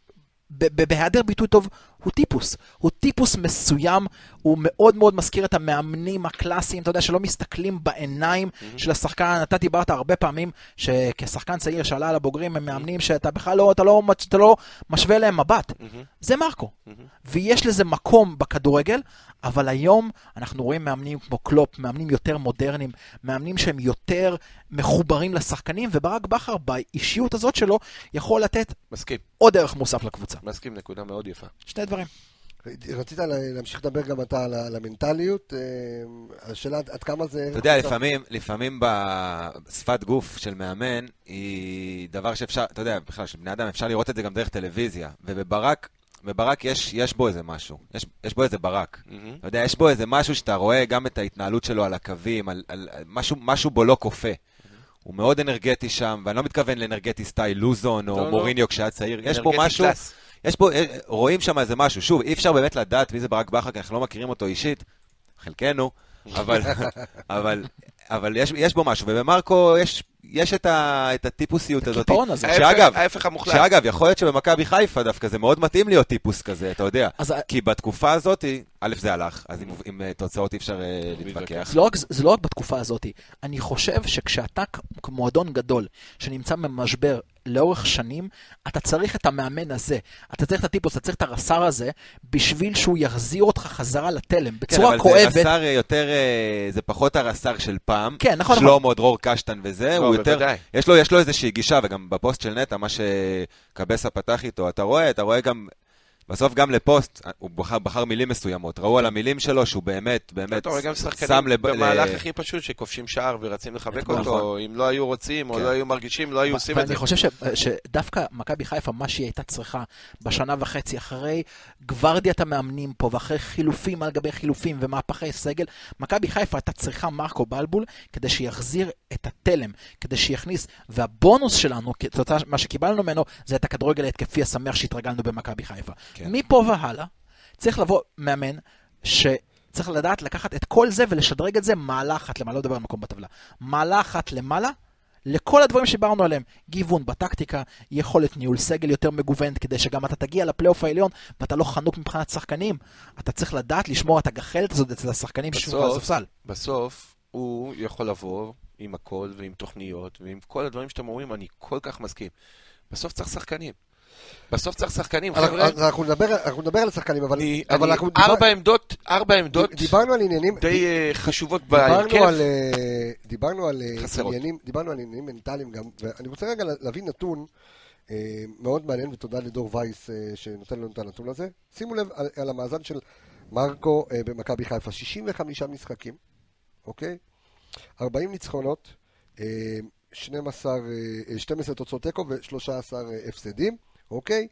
בהיעדר ביטוי טוב, הוא טיפוס. הוא טיפוס מסוים, הוא מאוד מאוד מזכיר את המאמנים הקלאסיים, אתה יודע, שלא מסתכלים בעיניים mm-hmm. של השחקן. אתה דיברת הרבה פעמים שכשחקן צעיר שעלה על הבוגרים, הם מאמנים שאתה בכלל לא, אתה לא, אתה לא משווה להם מבט. Mm-hmm. זה מרקו. Mm-hmm. ויש לזה מקום בכדורגל, אבל היום אנחנו רואים מאמנים כמו קלופ, מאמנים יותר מודרניים, מאמנים שהם יותר מחוברים לשחקנים, וברק בכר באישיות הזאת שלו יכול לתת מסכים. עוד ערך מוסף לקבוצה. מסכים, נקודה מאוד יפה. שני דברים. רצית להמשיך לדבר גם אתה על המנטליות, השאלה עד כמה זה... אתה יודע, לפעמים, לפעמים בשפת גוף של מאמן היא דבר שאפשר, אתה יודע, בכלל, של בני אדם אפשר לראות את זה גם דרך טלוויזיה, ובברק, בברק יש, יש בו איזה משהו, יש, יש בו איזה ברק. Mm-hmm. אתה יודע, יש בו איזה משהו שאתה רואה גם את ההתנהלות שלו על הקווים, על, על, על, משהו, משהו בו לא קופה. Mm-hmm. הוא מאוד אנרגטי שם, ואני לא מתכוון לאנרגטי סטייל לוזון או לא, מוריניו לא. כשהיה צעיר. יש בו משהו, קלאס. יש בו, רואים שם איזה משהו. שוב, אי אפשר באמת לדעת מי זה ברק בכר, כי אנחנו לא מכירים אותו אישית, חלקנו, אבל, אבל, אבל יש, יש בו משהו. ובמרקו יש... יש את, ה, את הטיפוסיות הזאת. שאגב, ההפך המוחלט. שאגב, יכול להיות שבמכבי חיפה דווקא זה מאוד מתאים להיות טיפוס כזה, אתה יודע. אז... כי בתקופה הזאת, א' זה הלך, אז עם, עם תוצאות אי אפשר להתווכח. זה לא, רק, זה לא רק בתקופה הזאת. אני חושב שכשאתה כמועדון גדול, שנמצא במשבר לאורך שנים, אתה צריך את המאמן הזה. אתה צריך את הטיפוס, אתה צריך את הרס"ר הזה, בשביל שהוא יחזיר אותך חזרה לתלם, בצורה כן, כואבת. זה רס"ר יותר, זה פחות הרס"ר של פעם. כן, נכון. שלמה, דרור קשטן וזה, הוא יותר, יש לו, יש לו איזושהי גישה, וגם בפוסט של נטה, מה שקבסה פתח איתו, אתה רואה, אתה רואה גם, בסוף גם לפוסט, הוא בחר, בחר מילים מסוימות, ראו על המילים שלו שהוא באמת, באמת גם שחקנים במהלך הכי פשוט שכובשים שער ורצים לחבק אותו, אם לא היו רוצים או לא היו מרגישים, לא היו עושים את זה. ואני חושב שדווקא מכבי חיפה, מה שהיא הייתה צריכה בשנה וחצי אחרי גוורדיית המאמנים פה, ואחרי חילופים על גבי חילופים ומהפכי סגל, מכבי חיפה הייתה צריכה מרקו בלבול כדי שיחזיר את התלם, כדי שיכניס, והבונוס שלנו, מה שקיבלנו ממנו, זה את הכדורגל ההתקפי השמח שהתרגלנו במכבי חיפה. כן. מפה והלאה, צריך לבוא מאמן שצריך לדעת לקחת את כל זה ולשדרג את זה מעלה אחת למעלה, לא דבר על מקום בטבלה, מעלה אחת למעלה, לכל הדברים שדיברנו עליהם, גיוון בטקטיקה, יכולת ניהול סגל יותר מגוונת, כדי שגם אתה תגיע לפלייאוף העליון, ואתה לא חנוק מבחינת שחקנים, אתה צריך לדעת לשמור את הגחלת הזאת אצל השחקנים שישבו על הספסל. בסוף הוא יכול לבוא עם הכל ועם תוכניות, ועם כל הדברים שאתם אומרים, אני כל כך מסכים. בסוף צריך שחקנים. בסוף צריך שחקנים, חבר'ה. אנחנו נדבר על השחקנים, אבל... ארבע עמדות, ארבע עמדות... דיברנו על עניינים... די חשובות בהרכב. דיברנו על עניינים... דיברנו על עניינים מנטליים גם, ואני רוצה רגע להביא נתון מאוד מעניין, ותודה לדור וייס שנותן לנו את הנתון הזה. שימו לב על המאזן של מרקו במכבי חיפה, שישים וחמישה משחקים, אוקיי? ארבעים ניצחונות, שתים עשרה תוצאות תיקו ו-שלושה עשר הפסדים, אוקיי?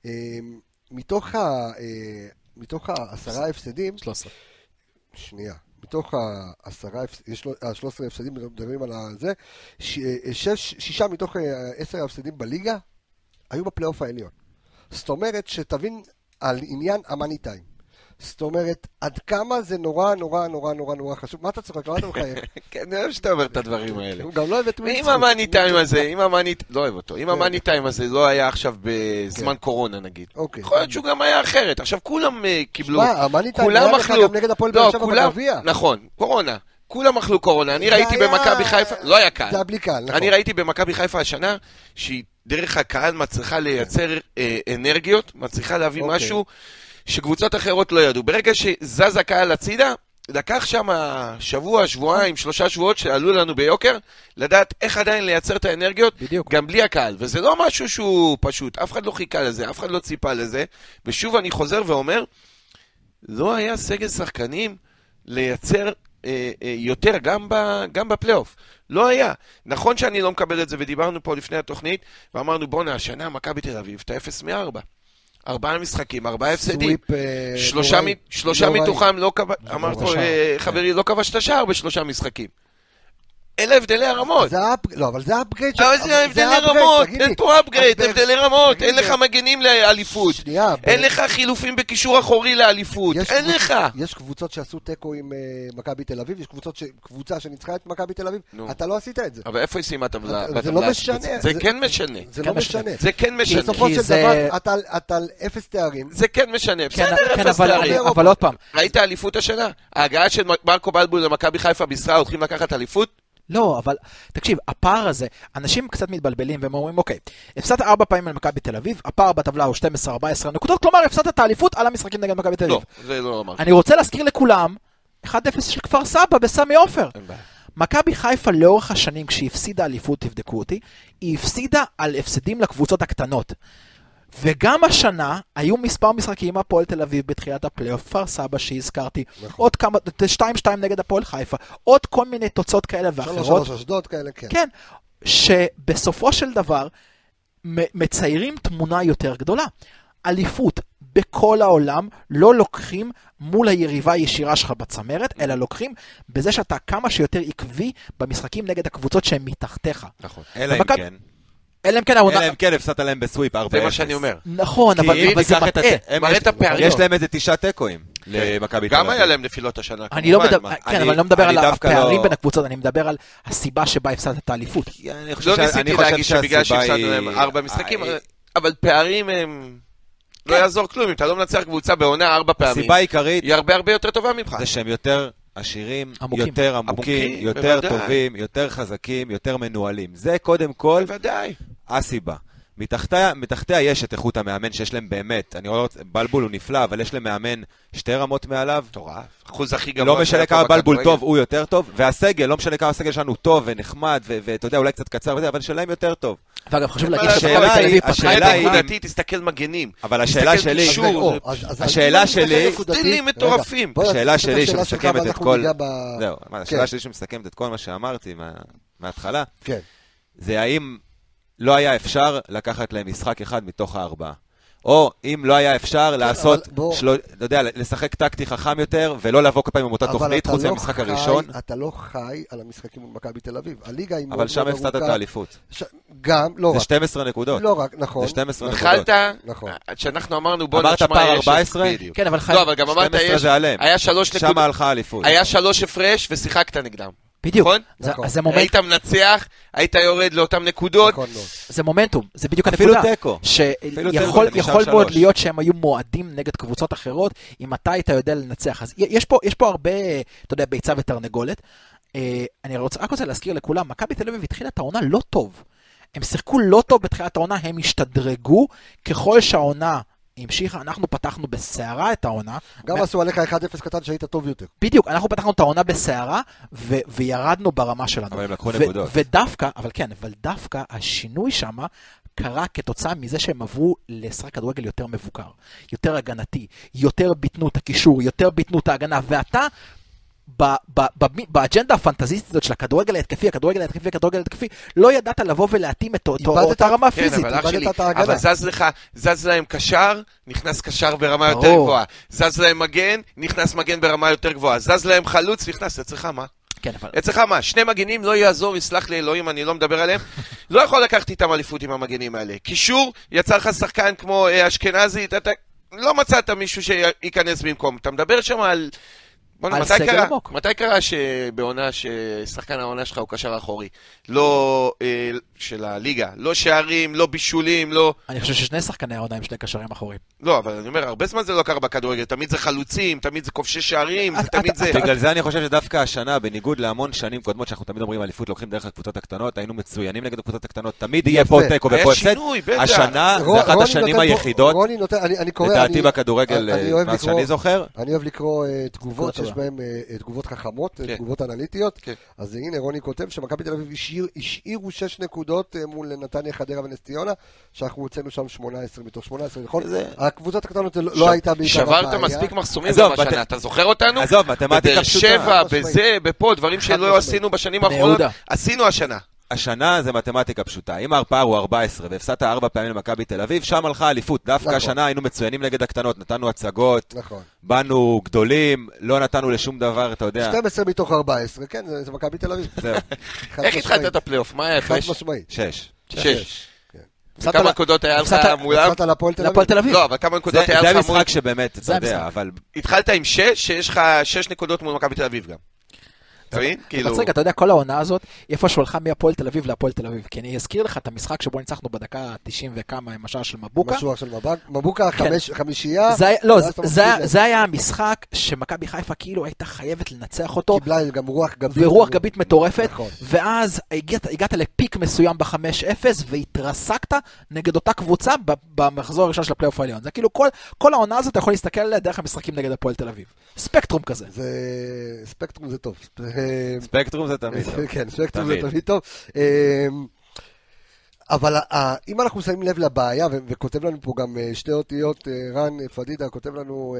מתוך ה... מתוך העשרה הפסדים... שלוש עשרה. שנייה. מתוך העשרה... יש שלוש עשרה הפסדים, מדברים על זה. שש, שישה מתוך עשר הפסדים בליגה היו בפלייאוף העליון. זאת אומרת שתבין על עניין המאני טיים. זאת אומרת, עד כמה זה נורא, נורא, נורא, נורא, נורא חשוב. מה אתה צוחק? לא אתה מחייב. כן, אני אוהב שאתה אומר את הדברים האלה. הוא גם לא אוהב את מי. אם המאני טיים הזה, אם המאני... לא אוהב אותו. אם המאני טיים הזה לא היה עכשיו בזמן קורונה, נגיד. יכול להיות שהוא גם היה אחרת. עכשיו, כולם קיבלו... מה, המאני טיים היה לך גם נגד הפועל באר שבע בגביע. נכון, קורונה. כולם אכלו קורונה. אני ראיתי במכבי חיפה... לא היה קהל. זה היה בלי קהל, נכון. אני ראיתי במכבי חיפה השנה, שהיא דרך הקהל מצליחה לייצר אנרגיות, מצליחה להביא משהו שקבוצות אחרות לא ידעו. ברגע שזז הקהל הצידה, לקח שם שבוע, שבועיים, שלושה שבועות שעלו לנו ביוקר, לדעת איך עדיין לייצר את האנרגיות, בדיוק. גם בלי הקהל. וזה לא משהו שהוא פשוט, אף אחד לא חיכה לזה, אף אחד לא ציפה לזה. ושוב אני חוזר ואומר, לא היה סגל שחקנים לייצר אה, אה, יותר גם, ב, גם בפלייאוף. לא היה. נכון שאני לא מקבל את זה, ודיברנו פה לפני התוכנית, ואמרנו בונה, השנה מכבי תל אביב, אתה אפס מארבע. ארבעה משחקים, ארבעה הפסדים. שלושה מתוכם לא כבש, אמר פה חברי, לא כבש את השער בשלושה משחקים. אלה הבדלי הרמות. לא, אבל זה אפגרייד. אבל זה הבדלי רמות, אין פה אפגרייד, הבדלי רמות. אין לך מגנים לאליפות. אין לך חילופים בקישור אחורי לאליפות. אין לך. יש קבוצות שעשו טקו עם מכבי תל אביב, יש קבוצה שניצחה את מכבי תל אביב. אתה לא עשית את זה. אבל איפה היא סיימה טבלה? זה לא משנה. זה כן משנה. זה לא משנה. זה כן משנה. בסופו של דבר, אתה על אפס תארים. זה כן משנה. בסדר, אפס תארים. אבל עוד פעם. ראית אליפות השנה? ההגעה של מרקו בלבול למכבי חיפה בישראל הולכים לקחת אליפות? לא, אבל תקשיב, הפער הזה, אנשים קצת מתבלבלים והם אומרים, אוקיי, הפסדת ארבע פעמים על מכבי תל אביב, הפער בטבלה הוא שתים עשרה ארבע עשרה נקודות, כלומר, הפסדת את האליפות על המשחקים נגד מכבי תל אביב. לא, זה לא אמרתי. אני רוצה להזכיר לכולם, אחד אפס של כפר סבא בסמי עופר. מכבי חיפה לאורך השנים, כשהיא הפסידה אליפות, תבדקו אותי, היא הפסידה על הפסדים לקבוצות הקטנות. וגם השנה היו מספר משחקים הפועל תל אביב בתחילת הפלייאוף, כפר סבא שהזכרתי, עוד כמה, שתיים שתיים נגד הפועל חיפה, עוד כל מיני תוצאות כאלה ואחרות. שלוש שלוש אשדוד כאלה, כן. כן, שבסופו של דבר מציירים תמונה יותר גדולה. אליפות בכל העולם לא לוקחים מול היריבה הישירה שלך בצמרת, אלא לוקחים בזה שאתה כמה שיותר עקבי במשחקים נגד הקבוצות שהן מתחתיך. נכון, אלא אם כן. אלא אם כן, אלא אם כן, הפסדת להם בסוויפ ארבע אפס. זה מה שאני אומר. נכון, אבל זה מטעה. מראה את הפערים. יש להם איזה תשעה טקואים למכבי תל אביב. גם היה להם נפילות השנה. אני לא מדבר, כן, אבל אני לא מדבר על הפערים בין הקבוצות, אני מדבר על הסיבה שבה הפסדת את האליפות. לא ניסיתי להגיד שבגלל שהפסדנו להם ארבע משחקים, אבל פערים הם... לא יעזור כלום, אם אתה לא מנצח קבוצה בעונה ארבע פעמים. הסיבה העיקרית היא הרבה הרבה יותר טובה ממך. זה שהם יותר עשירים, יותר עמוקים, יותר טובים, יותר חזקים, יותר מנוהלים. זה קודם כל הסיבה. מתחתיה יש את איכות המאמן שיש להם באמת, אני רואה, בלבול הוא נפלא, אבל יש להם מאמן שתי רמות מעליו. טורף. אחוז הכי גבוה. לא משנה כמה בלבול טוב, הוא יותר טוב, והסגל, לא משנה כמה הסגל שלנו טוב ונחמד, ואתה יודע, אולי קצת קצר, אבל שלהם יותר טוב. ואגב, חשוב להגיד השאלה היא, השאלה היא, נקודתי, תסתכל מגנים. אבל השאלה שלי, השאלה שלי, הבדלים מטורפים. השאלה שלי שמסכמת את כל, זהו, השאלה שלי שמסכמת את כל מה שאמרתי מההתחלה, זה האם לא היה אפשר לקחת להם משחק אחד מתוך הארבעה. או אם לא היה אפשר לעשות, אתה יודע, לשחק טקטי חכם יותר, ולא לבוא כל פעם עם אותה תוכנית, חוץ מהמשחק הראשון. אתה לא חי על המשחקים מול מכבי תל אביב. הליגה היא מאוד אבל שם הפסדת את האליפות. גם, לא רק. זה שתים עשרה נקודות. לא רק, נכון. זה שתים עשרה נקודות. התחלת, נכון. שאנחנו אמרנו, בוא נשמע, אמרת פער ארבע עשרה? כן, אבל לא, אבל גם אמרת, היה שלוש נקודות. שם הלכה אליפות. היה שלוש הפרש ושיחקת נגדם. בדיוק, נכון? אז זה מומנט... היית מנצח, היית יורד לאותם נקודות. נכון, לא. זה מומנטום, זה בדיוק הנקודה. אפילו טקו. שיכול מאוד להיות שהם היו מועדים נגד קבוצות אחרות, אם אתה היית יודע לנצח. אז יש פה, יש פה הרבה, אתה יודע, ביצה ותרנגולת. אני רוצה, רק רוצה להזכיר לכולם, מכבי תל אביב התחילה את העונה לא טוב. הם שיחקו לא טוב בתחילת העונה, הם השתדרגו ככל שהעונה... המשיכה, אנחנו פתחנו בסערה את העונה. גם עשו עליך אחד אפס קטן שהיית טוב יותר. בדיוק, אנחנו פתחנו את העונה בסערה, ו- וירדנו ברמה שלנו. אבל הם לקחו נקודות. ודווקא, אבל כן, אבל דווקא השינוי שם קרה כתוצאה מזה שהם עברו לשחק כדורגל יותר מבוקר, יותר הגנתי, יותר ביטנו את הקישור, יותר ביטנו את ההגנה, ואתה... באג'נדה הפנטזיסטית הזאת של הכדורגל ההתקפי, הכדורגל ההתקפי, הכדורגל ההתקפי, לא ידעת לבוא ולהתאים את אותה רמה פיזית. אבל זז לך, זז להם קשר, נכנס קשר ברמה יותר גבוהה. זז להם מגן, נכנס מגן ברמה יותר גבוהה. זז להם חלוץ, נכנס, אצלך מה? אצלך מה? שני מגנים לא יעזור, יסלח לי אלוהים, אני לא מדבר עליהם. לא יכול לקחת איתם אליפות עם המגנים האלה. קישור, יצא לך שחקן כמו אשכנזי, לא מצאת מישהו שייכנס במקום. אתה מדבר שם על... מתי קרה, מתי קרה שבעונה ששחקן העונה שלך הוא קשר אחורי? לא של הליגה, לא שערים, לא בישולים, לא... אני חושב ששני שחקני העונה הם שני קשרים אחוריים. לא, אבל אני אומר, הרבה זמן זה לא קרה בכדורגל, תמיד זה חלוצים, תמיד זה כובשי שערים, תמיד זה... בגלל זה אני חושב שדווקא השנה, בניגוד להמון שנים קודמות שאנחנו תמיד אומרים אליפות לוקחים דרך הקבוצות הקטנות, היינו מצוינים נגד הקבוצות הקטנות, תמיד יהיה פה טקו ופה הפסד. השנה זה אחת השנים היחידות, לדעתי בכדורגל, מה שאני זוכר. אני אוהב לקרוא תגובות שיש בהם תגובות חכמות, תגובות אנליטיות. אז הנה רוני כותב שמכבי תל אביב השאירו שש נקודות מול נתניה, חדרה ונס ציונה, שאנחנו הוצאנו שם שמונה עשרה מתוך שמונה עשרה, נכון? הקבוצות הקטנות לא הייתה בעיקר הבעיה. שברת מספיק מחסומים גם השנה, אתה זוכר אותנו? עזוב, מתמטיקה פשוטה. שבע, בזה, בפה, דברים שלא עשינו בשנים האחרונות, עשינו השנה. השנה זה מתמטיקה פשוטה. אם הפער הוא ארבע עשרה והפסדת ארבע פעמים למכבי תל אביב, שם הלכה אליפות. דווקא השנה היינו מצוינים נגד הקטנות, נתנו הצגות, באנו גדולים, לא נתנו לשום דבר, אתה יודע. שתים עשרה מתוך ארבע עשרה, כן, זה מכבי תל אביב. איך התחלת את הפלייאוף? מה היה הפרש? שש. שש. כמה נקודות היה לך מולם? הפסדת להפועל תל אביב? לא, אבל כמה נקודות היה לך מול... זה המשחק שבאמת, אתה יודע, אבל... התחלת עם שש, שיש לך שש נקודות מול מכבי תל אביב גם. מצחיק, אתה יודע, כל העונה הזאת, איפה שהולכה מהפועל תל אביב להפועל תל אביב, כי אני אזכיר לך את המשחק שבו ניצחנו בדקה תשעים וכמה עם השער של מבוקה. משוער של מבוקה, חמישייה. לא, זה היה המשחק שמכבי חיפה כאילו הייתה חייבת לנצח אותו. קיבלה גם רוח גבית. ורוח גבית מטורפת, ואז הגעת לפיק מסוים ב-חמש אפס, והתרסקת נגד אותה קבוצה במחזור הראשון של הפלייאוף העליון. זה כאילו כל העונה הזאת אתה יכול להסתכל עליה דרך המשחקים נגד הפועל תל אביב. ספקטרום כזה. ספקטרום זה טוב. ספקטרום זה תמיד טוב. כן, ספקטרום זה תמיד טוב. אבל אם אנחנו שמים לב לבעיה, וכותב לנו פה גם שתי אותיות, רן פדידה כותב לנו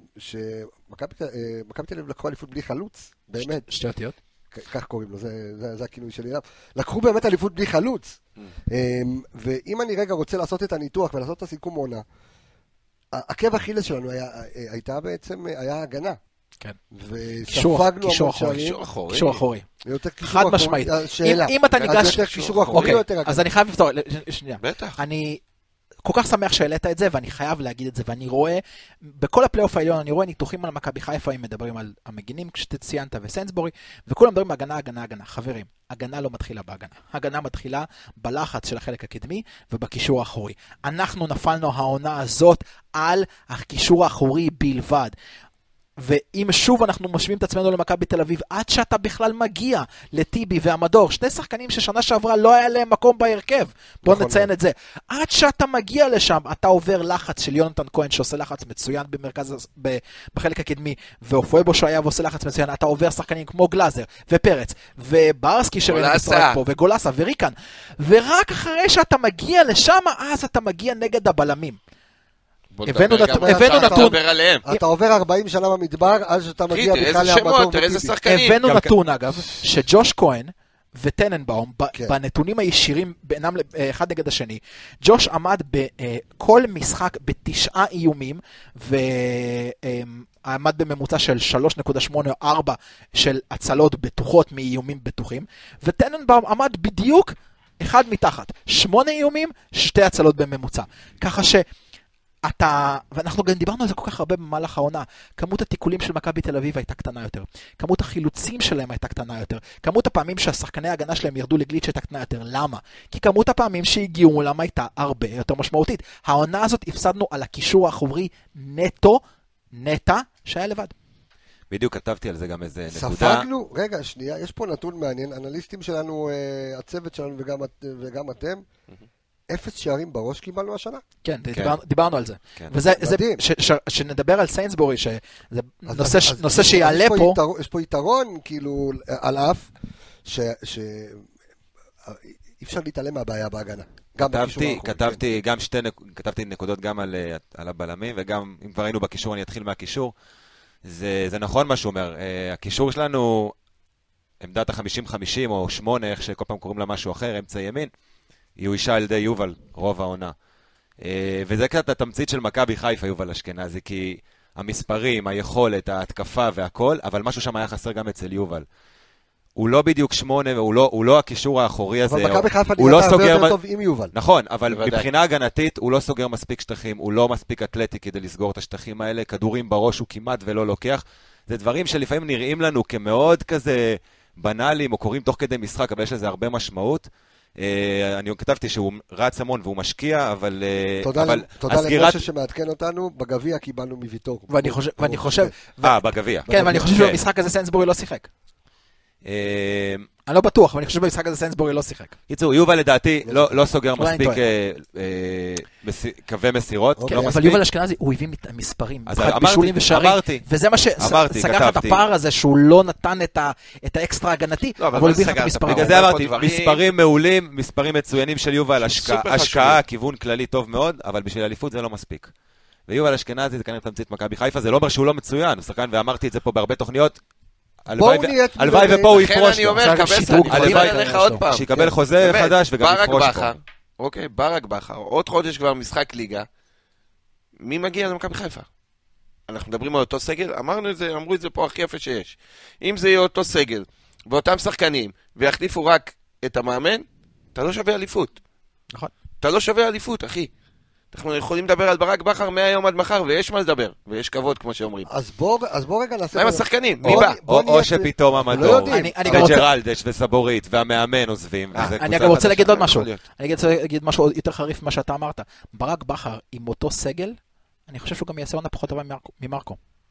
שמכבי תל אביב לקחו אליפות בלי חלוץ, באמת. שתי אותיות? כך קוראים לו, זה הכינוי שלי. לקחו באמת אליפות בלי חלוץ. ואם אני רגע רוצה לעשות את הניתוח ולעשות את הסיכום עונה, עקב אכילס שלנו הייתה בעצם, היה הגנה. כן. וספגנו קישור אחורי. קישור אחורי. חד משמעית. אם אתה ניגש... אז אני חייב לפתור, שנייה. בטח. אני כל כך שמח שהעלית את זה, ואני חייב להגיד את זה, ואני רואה, בכל הפלייאוף העליון, אני רואה ניתוחים על מכבי חיפה, הם מדברים על המגינים, כשציינת וסנסבורי, וכולם מדברים הגנה, הגנה, הגנה. חברים, הגנה לא מתחילה בהגנה. הגנה מתחילה בלחץ של החלק הקדמי ובקישור האחורי. אנחנו נפלנו העונה הזאת על הקישור האחורי בלבד. ואם שוב אנחנו משווים את עצמנו למכבי תל אביב, עד שאתה בכלל מגיע לטיבי והמדור, שני שחקנים ששנה שעברה לא היה להם מקום בהרכב, בוא נכון נציין את זה. עד שאתה מגיע לשם, אתה עובר לחץ של יונתן כהן, שעושה לחץ מצוין במרכז, בחלק הקדמי, ואופויבו שהיה ועושה לחץ מצוין, אתה עובר שחקנים כמו גלאזר, ופרץ, וברסקי שראינו משחק פה, וגולסה, וריקן, ורק אחרי שאתה מגיע לשם, אז אתה מגיע נגד הבלמים. הבאנו נתון, אתה עובר ארבעים שנה במדבר, אז שאתה מגיע בכלל להמדור וטיבי. הבאנו נתון אגב, שג'וש כהן וטננבאום, בנתונים הישירים בינם אחד נגד השני, ג'וש עמד בכל משחק בתשעה איומים, ועמד בממוצע של שלוש נקודה שמונה או ארבע של הצלות בטוחות מאיומים בטוחים, וטננבאום עמד בדיוק אחד מתחת, שמונה איומים, שתי הצלות בממוצע. ככה ש... אתה, ואנחנו גם דיברנו על זה כל כך הרבה במהלך העונה, כמות התיקולים של מכבי תל אביב הייתה קטנה יותר, כמות החילוצים שלהם הייתה קטנה יותר, כמות הפעמים שהשחקני ההגנה שלהם ירדו לגליץ' הייתה קטנה יותר. למה? כי כמות הפעמים שהגיעו מולם הייתה הרבה יותר משמעותית. העונה הזאת הפסדנו על הקישור האחורי נטו, נטה, שהיה לבד. בדיוק כתבתי על זה גם איזה נקודה. ספגנו, רגע, שנייה, יש פה נתון מעניין, אנליסטים שלנו, הצוות שלנו וגם, וגם אתם, אפס שערים בראש קיבלנו השנה. כן, דיברנו על זה. וזה, שנדבר על סיינסבורי, שזה נושא שיעלה פה. יש פה יתרון, כאילו, על אף, שאי אפשר להתעלם מהבעיה בהגנה. כתבתי גם שתי, כתבתי נקודות גם על הבלמים, וגם, אם כבר היינו בקישור, אני אתחיל מהקישור. זה נכון מה שהוא אומר. הקישור שלנו, עמדת ה-חמישים חמישים או שמונה, איך שכל פעם קוראים לה משהו אחר, אמצע ימין. היא אישה על ידי יובל, רוב העונה. וזה קצת התמצית של מכבי חיפה, יובל אשכנזי, כי המספרים, היכולת, ההתקפה והכל, אבל משהו שם היה חסר גם אצל יובל. הוא לא בדיוק שמונה, והוא לא, הוא לא הקישור האחורי הזה. אבל מכבי חיפה נראית הרבה יותר טוב עם יובל. נכון, אבל מבחינה הגנתית, הוא לא סוגר מספיק שטחים, הוא לא מספיק אתלטי כדי לסגור את השטחים האלה, כדורים בראש הוא כמעט ולא לוקח. זה דברים שלפעמים נראים לנו כמאוד כזה בנאליים, או קוראים תוך כדי משחק, אבל יש לזה הרבה משמעות. אני כתבתי שהוא רץ המון והוא משקיע, אבל... תודה למשה שמעדכן אותנו, בגביע קיבלנו מוויטור. ואני חושב... אה, בגביע. כן, ואני חושב שבמשחק הזה סיינסבורי לא שיחק. אני לא בטוח, אבל אני חושב שבמשחק הזה סיינסבורי לא שיחק. קיצור, יובל לדעתי לא סוגר מספיק קווי מסירות. אבל יובל אשכנזי, הוא הביא מספרים. בישולים ושערים. וזה מה שסגר את הפער הזה, שהוא לא נתן את האקסטרה הגנתי, אבל הוא הביא את המספרים. בגלל זה אמרתי, מספרים מעולים, מספרים מצוינים של יובל, השקעה, כיוון כללי טוב מאוד, אבל בשביל אליפות זה לא מספיק. ויובל אשכנזי זה כנראה תמצית מכבי חיפה, זה לא אומר שהוא לא מצוין, הוא שחקן, ואמרתי את זה פה בהרבה תוכניות. הלוואי ופה הוא יפרוש. לכן אני אומר, קבס, אני מדבר אליך עוד פעם. שיקבל חוזה חדש וגם יפרוש פה. אוקיי, ברק בכר, עוד חודש כבר משחק ליגה. מי מגיע למכבי חיפה? אנחנו מדברים על אותו סגל, אמרנו את זה, אמרו את זה פה הכי יפה שיש. אם זה יהיה אותו סגל, ואותם שחקנים, ויחליפו רק את המאמן, אתה לא שווה אליפות. נכון. אתה לא שווה אליפות, אחי. אנחנו יכולים לדבר על ברק בכר מהיום עד מחר, ויש מה לדבר, ויש כבוד, כמו שאומרים. אז בוא, אז בוא רגע נעשה... מה עם השחקנים? מי בא? או שפתאום המדור, וג'רלדש וסבורית, והמאמן עוזבים. אני גם רוצה להגיד עוד משהו. אני רוצה להגיד משהו יותר חריף ממה שאתה אמרת. ברק בכר, עם אותו סגל, אני חושב שהוא גם יעשה עונה פחות טובה ממרקו.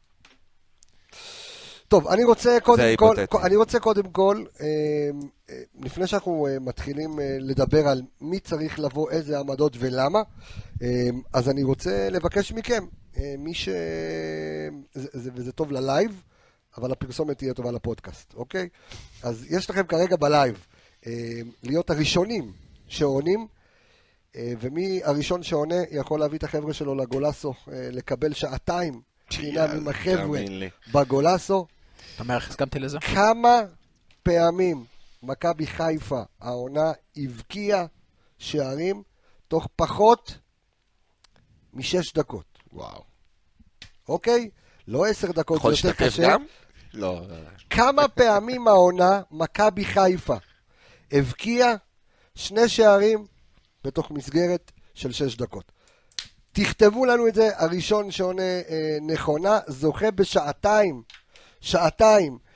טוב, אני רוצה קודם כל, אני רוצה קודם כל, לפני שאנחנו מתחילים לדבר על מי צריך לבוא, איזה עמדות ולמה, אז אני רוצה לבקש מכם, מי ש... וזה טוב ללייב, אבל הפרסומת תהיה טובה לפודקאסט, אוקיי? אז יש לכם כרגע בלייב להיות הראשונים שעונים, ומי הראשון שעונה יכול להביא את החבר'ה שלו לגולסו, לקבל שעתיים חינם עם החבר'ה בגולסו. אתה אומר, הסכמתי לזה? כמה פעמים מכבי חיפה העונה הבקיעה שערים תוך פחות משש דקות. וואו. אוקיי? לא עשר דקות, יכול יותר להשתתף קשה. גם? לא. כמה פעמים העונה מכבי חיפה הבקיעה שני שערים בתוך מסגרת של שש דקות. תכתבו לנו את זה, הראשון שעונה אה, נכונה, זוכה בשעתיים, שעתיים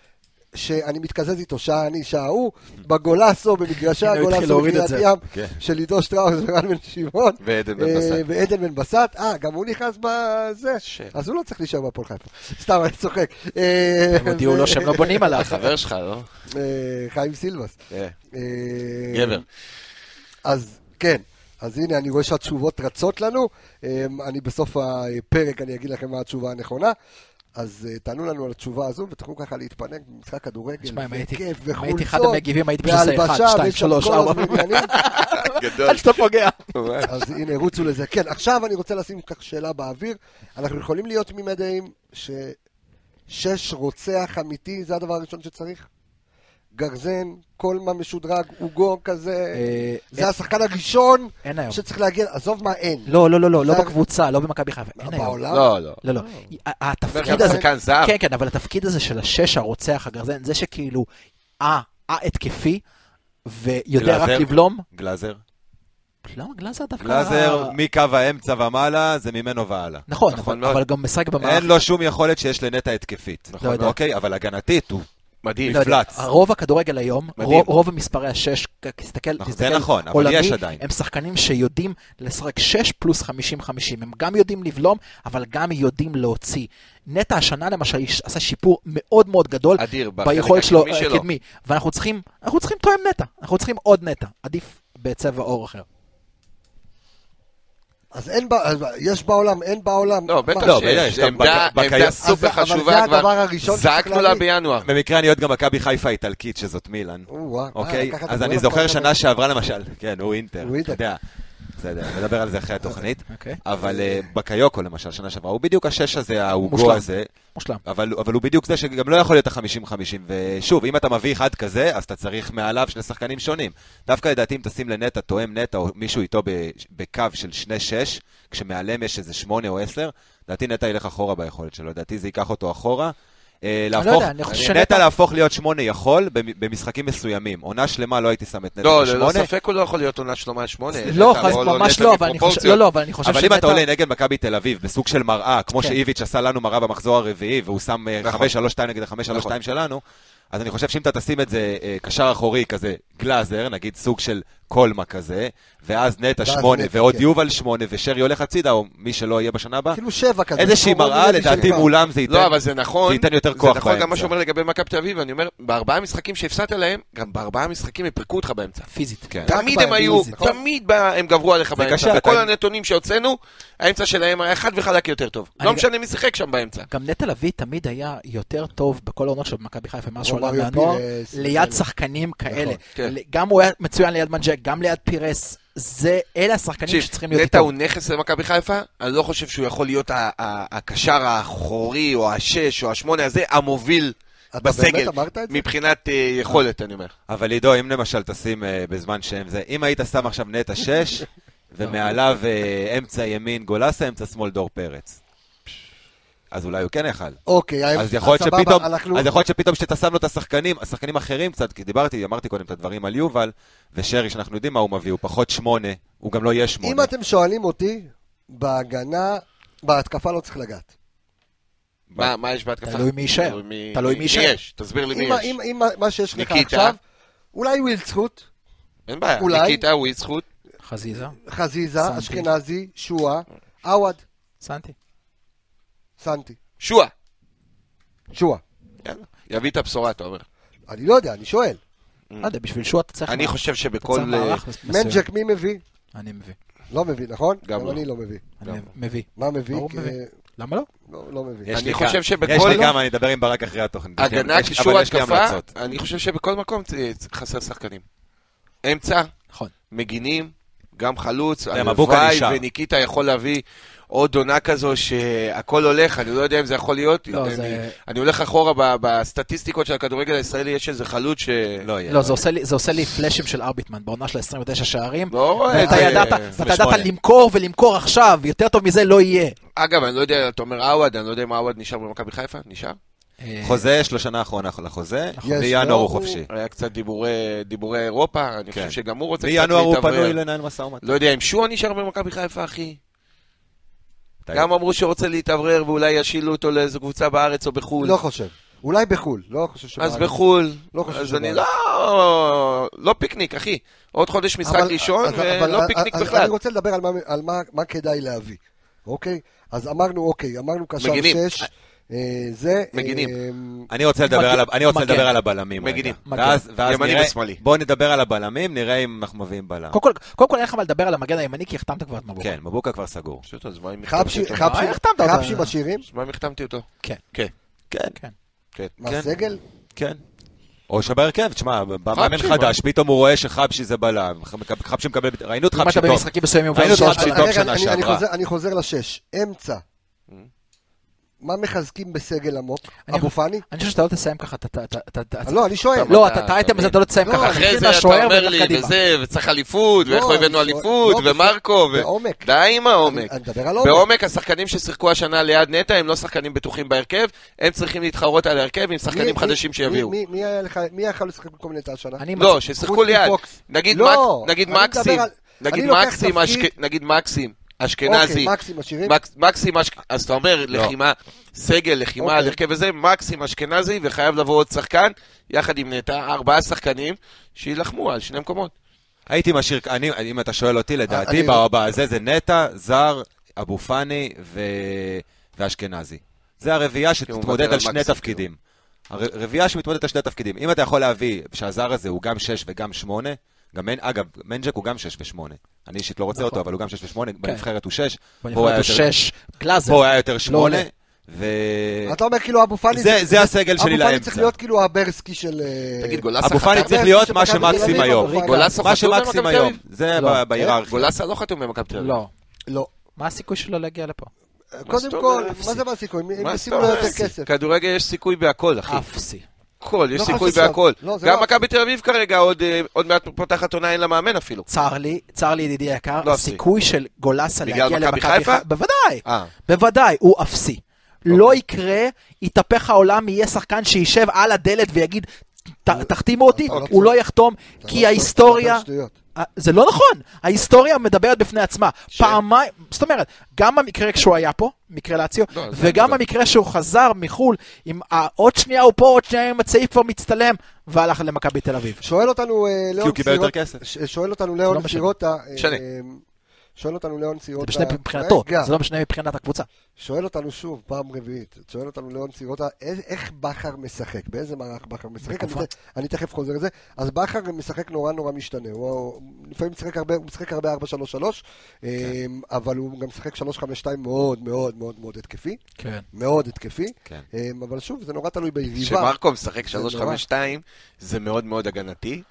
שאני מתקזז איתו, שעה אני, שעה הוא, בגולסו, במגרשי הגולסו, בקריית ים, של עידו שטראוס ורן בן שמעון, ועדן בן בסט, אה, גם הוא נכנס בזה, אז הוא לא צריך להישאר בהפועל חיפה. סתם, אני צוחק. הם הודיעו לו שהם לא בונים עליו. החבר שלך, לא? חיים סילבס. גבר. אז, כן. אז הנה, אני רואה שהתשובות רצות לנו. אני בסוף הפרק, אני אגיד לכם מה התשובה הנכונה. אז תענו לנו על התשובה הזו, ותוכלו ככה להתפנק במשחק כדורגל, וכיף, וחולצות, הייתי אחד המגיבים, הייתי פשוט עושה אחד, שתיים, שלוש, ארבע. גדול. עד שאתה פוגע. אז הנה, רוצו לזה. כן, עכשיו אני רוצה לשים כך שאלה באוויר. אנחנו יכולים להיות ממדעים ששש רוצח אמיתי, זה הדבר הראשון שצריך? גרזן, כל מה משודרג, אוגו כזה, זה השחקן הראשון שצריך להגיע, עזוב מה אין. לא, לא, לא, לא, לא בקבוצה, לא במכבי חיפה, אין היום. בעולם? לא, לא. לא, לא. התפקיד הזה, כן, כן, אבל התפקיד הזה של השש הרוצח הגרזן, זה שכאילו, אה, אה, התקפי, ויודע רק לבלום. גלאזר. למה גלאזר דווקא? גלאזר מקו האמצע ומעלה, זה ממנו והלאה. נכון, אבל גם משחק במערכת. אין לו שום יכולת שיש לנטע התקפית. אוקיי, אבל הגנתית הוא... מדהים. מפלץ. רוב הכדורגל היום, רוב, רוב מספרי השש, תסתכל, נכון, תסתכל, זה נכון, אבל עולמי, יש עדיין. הם שחקנים שיודעים לשחק שש פלוס חמישים חמישים, הם גם יודעים לבלום, אבל גם יודעים להוציא. נטע השנה למשל עשה שיפור מאוד מאוד גדול, אדיר, ביכולת שלו הקדמי, ואנחנו צריכים, אנחנו צריכים תואם נטע, אנחנו צריכים עוד נטע, עדיף בצבע אור אחר. אז אין, יש בעולם, אין בעולם. לא, בטח שיש, עמדה סופר חשובה כבר, זעקנו לה בינואר. במקרה אני עוד גם מכבי חיפה איטלקית, שזאת מילאן. אוקיי, אז אני זוכר שנה שעברה למשל, כן, הוא אינטר, אתה יודע. בסדר, נדבר על זה אחרי התוכנית, אבל בקיוקו למשל, שנה שעברה, הוא בדיוק השש הזה, ההוגו הזה, אבל הוא בדיוק זה שגם לא יכול להיות ה-חמישים חמישים, ושוב, אם אתה מביא אחד כזה, אז אתה צריך מעליו שני שחקנים שונים. דווקא לדעתי אם תשים לנטע, תואם נטע, או מישהו איתו בקו של שני שש, כשמעליהם יש איזה שמונה או עשר, דעתי נטע ילך אחורה ביכולת שלו, דעתי זה ייקח אותו אחורה, נטע להפוך להיות שמונה יכול במשחקים מסוימים. עונה שלמה לא הייתי שם את נטע בשמונה. לא, ספק הוא לא יכול להיות עונה שלמה שמונה. לא, ממש לא, אבל אני חושב שנטע... אבל אם אתה עולה נגד מכבי תל אביב בסוג של מראה, כמו שאיביץ' עשה לנו מראה במחזור הרביעי, והוא שם חמש שלוש שתיים נגד ה-חמש שלוש שתיים שלנו, אז אני חושב שאם אתה תשים את זה קשר אחורי כזה גלאזר, נגיד סוג של קולמה כזה, ואז נטע שמונה, ועוד יובל שמונה, ושרי הולך הצידה, או מי שלא יהיה בשנה הבאה. כאילו שבע כזה. איזושהי מראה, לדעתי מולם זה ייתן לא, אבל זה נכון. זה ייתן יותר כוח באמצע. זה נכון גם מה שאומר לגבי מכבי תל אביב, אני אומר, בארבעה משחקים שהפסדת להם, גם בארבעה משחקים הם פרקו אותך באמצע. פיזית. תמיד הם היו, תמיד הם גברו עליך באמצע. בכל הנתונים שהוצאנו, האמצע שלהם היה אחד וחלק יותר טוב. לא משנה מי שיחק שם באמצע. גם נטע לביא תמיד היה יותר טוב בכל העונות של מכבי חיפה, מאז שהוא עלה מהנוער, ליד שחקנים כאלה. גם הוא היה מצוין ליד מנג'ק, גם ליד פירס. זה, אלה השחקנים שצריכים להיות איתו. נטע הוא נכס למכבי חיפה, אני לא חושב שהוא יכול להיות הקשר האחורי, או השש, או השמונה הזה, המוביל בסגל, מבחינת יכולת, אני אומר. אבל עידו, אם למשל תשים בזמן שהם זה, אם היית שם עכשיו נטע שש, ומעליו אמצע ימין גולסה, אמצע שמאל דור פרץ. אז אולי הוא כן יכל. אוקיי, אז יכול להיות שפתאום, אז יכול להיות שפתאום שאתה שם לו את השחקנים, השחקנים אחרים קצת, כי דיברתי, אמרתי קודם את הדברים על יובל, ושרי שאנחנו יודעים מה הוא מביא, הוא פחות שמונה, הוא גם לא יהיה שמונה. אם אתם שואלים אותי, בהגנה, בהתקפה לא צריך לגעת. מה יש בהתקפה? תלוי מי יישאר. תלוי מי יישאר. תסביר לי מי יש. אם מה שיש לך עכשיו, אולי וויל זכות. אין בעיה, ניקיטה, וויל זכות. חזיזה. חזיזה, אשכנזי, שואה, עווד. סנטי. סנטי. שואה. שואה. יביא את הבשורה, אתה אומר. אני לא יודע, אני שואל. לא יודע, בשביל שואה אתה צריך... אני חושב שבכל... מנג'ק מי מביא? אני מביא. לא מביא, נכון? גם אני לא מביא. אני מביא. מה מביא? למה לא? לא מביא. אני חושב שבכל... יש לי גם, אני אדבר עם ברק אחרי התוכנית. הגנה קישור התקפה, אני חושב שבכל מקום חסר שחקנים. אמצע, מגינים, גם חלוץ, הלוואי וניקיטה יכול להביא עוד עונה כזו שהכל הולך, אני לא יודע אם זה יכול להיות, אני הולך אחורה בסטטיסטיקות של הכדורגל הישראלי, יש איזה חלוץ שלא יהיה. לא, זה עושה לי פלאשים של ארביטמן, בעונה של עשרים ותשע שערים, ואתה ידעת למכור ולמכור עכשיו, יותר טוב מזה לא יהיה. אגב, אני לא יודע, אתה אומר עווד, אני לא יודע אם עווד נשאר במכבי חיפה, נשאר? חוזה, יש לו שנה האחרונה לחוזה, בינואר הוא חופשי. היה קצת דיבורי אירופה, אני חושב שגם הוא רוצה קצת בינואר הוא פנוי לנהל משא ומתן. לא יודע אם שועה נשאר במכבי חיפה, אחי. גם אמרו שרוצה להתאוורר ואולי ישילו אותו לאיזו קבוצה בארץ או בחו"ל. לא חושב. אולי בחול, לא חושב שבארץ. אז בחול, לא חושב אז אני שבארץ. לא, לא פיקניק, אחי. עוד חודש משחק אבל- ראשון, אז- אבל- ולא פיקניק אז- בכלל. אני רוצה לדבר על מה- על מה- מה כדאי להביא, אוקיי? אז אמרנו, אוקיי, אמרנו קשר מגינים. שש, אה, זה... מגינים. אה, אני רוצה לדבר על ה- אני רוצה מגן. לדבר על הבלמים. מגינים. רגע. ואז ואז ימני נראה, ושמאלי. בואו נדבר על הבלמים, נראה אם אנחנו מביאים בלם. קודם כל, קודם כל אין לך מה לדבר על המגן הימני, כי החתמת כבר את מבוקה. כן, מבוקה כבר סגור. פשוט, אז מה אם חבשי, החתמתי אותו? חבשי, אה, החתמת אותו. חבשי בשירים? אז מה אם החתמתי אותו? כן. כן. כן, כן. מה, כן. סגל? כן. או שבהרכב, תשמע, במאמן חבשי, חדש, פתאום הוא רואה שחבשי זה בלם. חבשי מקבל, ראינו את אם חבשי אתה טוב. במשחקים מסוימים, ראינו הוא את שלוש חבשי בלמים. טוב רגע, שנה אני- אני שעברה. חוזר- אני חוזר לשש, אמצע. מה מחזקים בסגל עמוק? אני- אבו פאני? אני חושב שאתה לא תסיים ככה, אתה- אתה- אתה- אתה- לא, אני שואל. לא, אתה- אתה את האייטם הזה אתה לא תסיים לא, ככה, אחרי אני אחרי מתחיל זה אתה מהשוער אומר ולך לי, קדימה. וזה, וצריך אליפות, לא, ואיך אני הבאנו שואל- אליפות, לא, ומרקו, ו- בעומק. די עם העומק. אני- אני מדבר על עומק. בעומק השחקנים ששיחקו השנה ליד נטע הם לא שחקנים בטוחים בהרכב, הם צריכים להתחרות על ההרכב עם מי- שחקנים מי- חדשים מי- שיביאו. מי- מי היה לך- מי יכול לשחק במקום נטע השנה? אני לא, מצ- ששיחקו חוץ ליד. מפוקס. נגיד לא, מק- נגיד אני מדבר מקסים, על- נגיד אני לוקח מקסים, תפקיד- אשכ- נגיד מקסים, אוקיי, אשכנזי, מקסים השירים? מקס- מקסים, אשכ- אז אתה אומר לחימה, סגל, לחימה אוקיי. על הרכב וזה, מקסים אשכנזי, וחייב לבוא עוד שחקן, יחד עם נטע, ארבעה שחקנים, שילחמו על שני מקומות. הייתי משאיר, אני, אם אתה שואל אותי, לדעתי, אני- בזה זה נטע, זר, אבו פאני ו... ואשכנזי. זה הרביעייה שתתמודד מוותר על על שני מקסים, תפקידים. הרביעייה שמתמודדת על שני תפקידים. אם אתה יכול להביא שהזר הזה הוא גם שש וגם שמונה, גם אין, אגב, מנג'ק הוא גם שש ושמונה. אני אישית לא רוצה אותו, אבל הוא גם שש ושמונה, בנבחרת הוא שש. פה הוא בנבחרת היה הוא יותר- שש, גלאזר. פה הוא היה יותר שמונה. עולה. ו... אתה אומר כאילו אבו פאני... זה- זה הסגל שלי אבו פאני לאמצע. צריך להיות כאילו הברסקי של... אה, תגיד, גולסה אבו פאני חתם? צריך להיות של מה מכבי תל שמקסים אביב, היום. אבו פאני. גולסה מה חתום שמקסים במכבי תל היום. אביב? זה לא. ב- בהיררכיה. גולסה לא חתום במכבי תל אביב. לא. לא. מה הסיכוי שלו להגיע לפה? קודם זאת כל, אומרת? מה זה מהסיכוי? הם מה ישימו זאת לו אומרת? יותר כסף. כדורגל יש סיכוי בהכל, אחי. אפסי. הכל, יש לא סיכוי חשוב. בהכל. לא, זה גם לא- מכבי תל אביב כרגע עוד אה, עוד מעט פותחת עונה, אין לה מאמן אפילו. צר לי, צר לי ידידי היקר, לא אפסי. הסיכוי של גולסה בגלל להגיע מכבי למכבי חיפה? חיפה, בוודאי, אה. בוודאי, הוא אפסי. לא יקרה, יתהפך העולם, יהיה שחקן שישב על הדלת ויגיד, "ת- תחתימו אותי", אתה לא הוא לא צודק. יחתום, אתה כי לא- ההיסטוריה... אתה מדבר שטויות. אה, זה לא נכון, ההיסטוריה מדברת בפני עצמה. פעמיים, זאת אומרת, גם המקרה כשהוא היה פה, מקרה לאציו, לא, זה וגם אני המקרה שהוא חזר מחול, עם ה- עוד שנייה הוא פה, עוד שנייה עם הצעיף כבר מצטלם, והלך למכבי תל אביב. שואל אותנו אה, כי ליאון הוא קיבל יותר סירוטה- כסף. ש- שואל אותנו לא ליאון משנה. סירוטה, אה, משנה. שואל אותנו ליאון זה סירוטה, משנה מבחינתו, רגע, זה לא משנה מבחינת הקבוצה. שואל אותנו שוב, פעם רביעית, שואל אותנו ליאון סירוטה, איך- איך בכר משחק, באיזה מערך בכר משחק, אני, בתקופה. ת- אני תכף חוזר לזה, אז בכר משחק נורא נורא משתנה, הוא לפעמים משחק הרבה, הוא משחק הרבה ארבע שלוש שלוש, אבל הוא גם משחק שלוש חמש שתיים מאוד מאוד מאוד מאוד התקפי, כן. מאוד התקפי, כן. אמ, אבל שוב, זה נורא תלוי ביריבה. כשמרקו משחק זה שלוש נורא. חמש שתיים, זה מאוד מאוד הגנתי.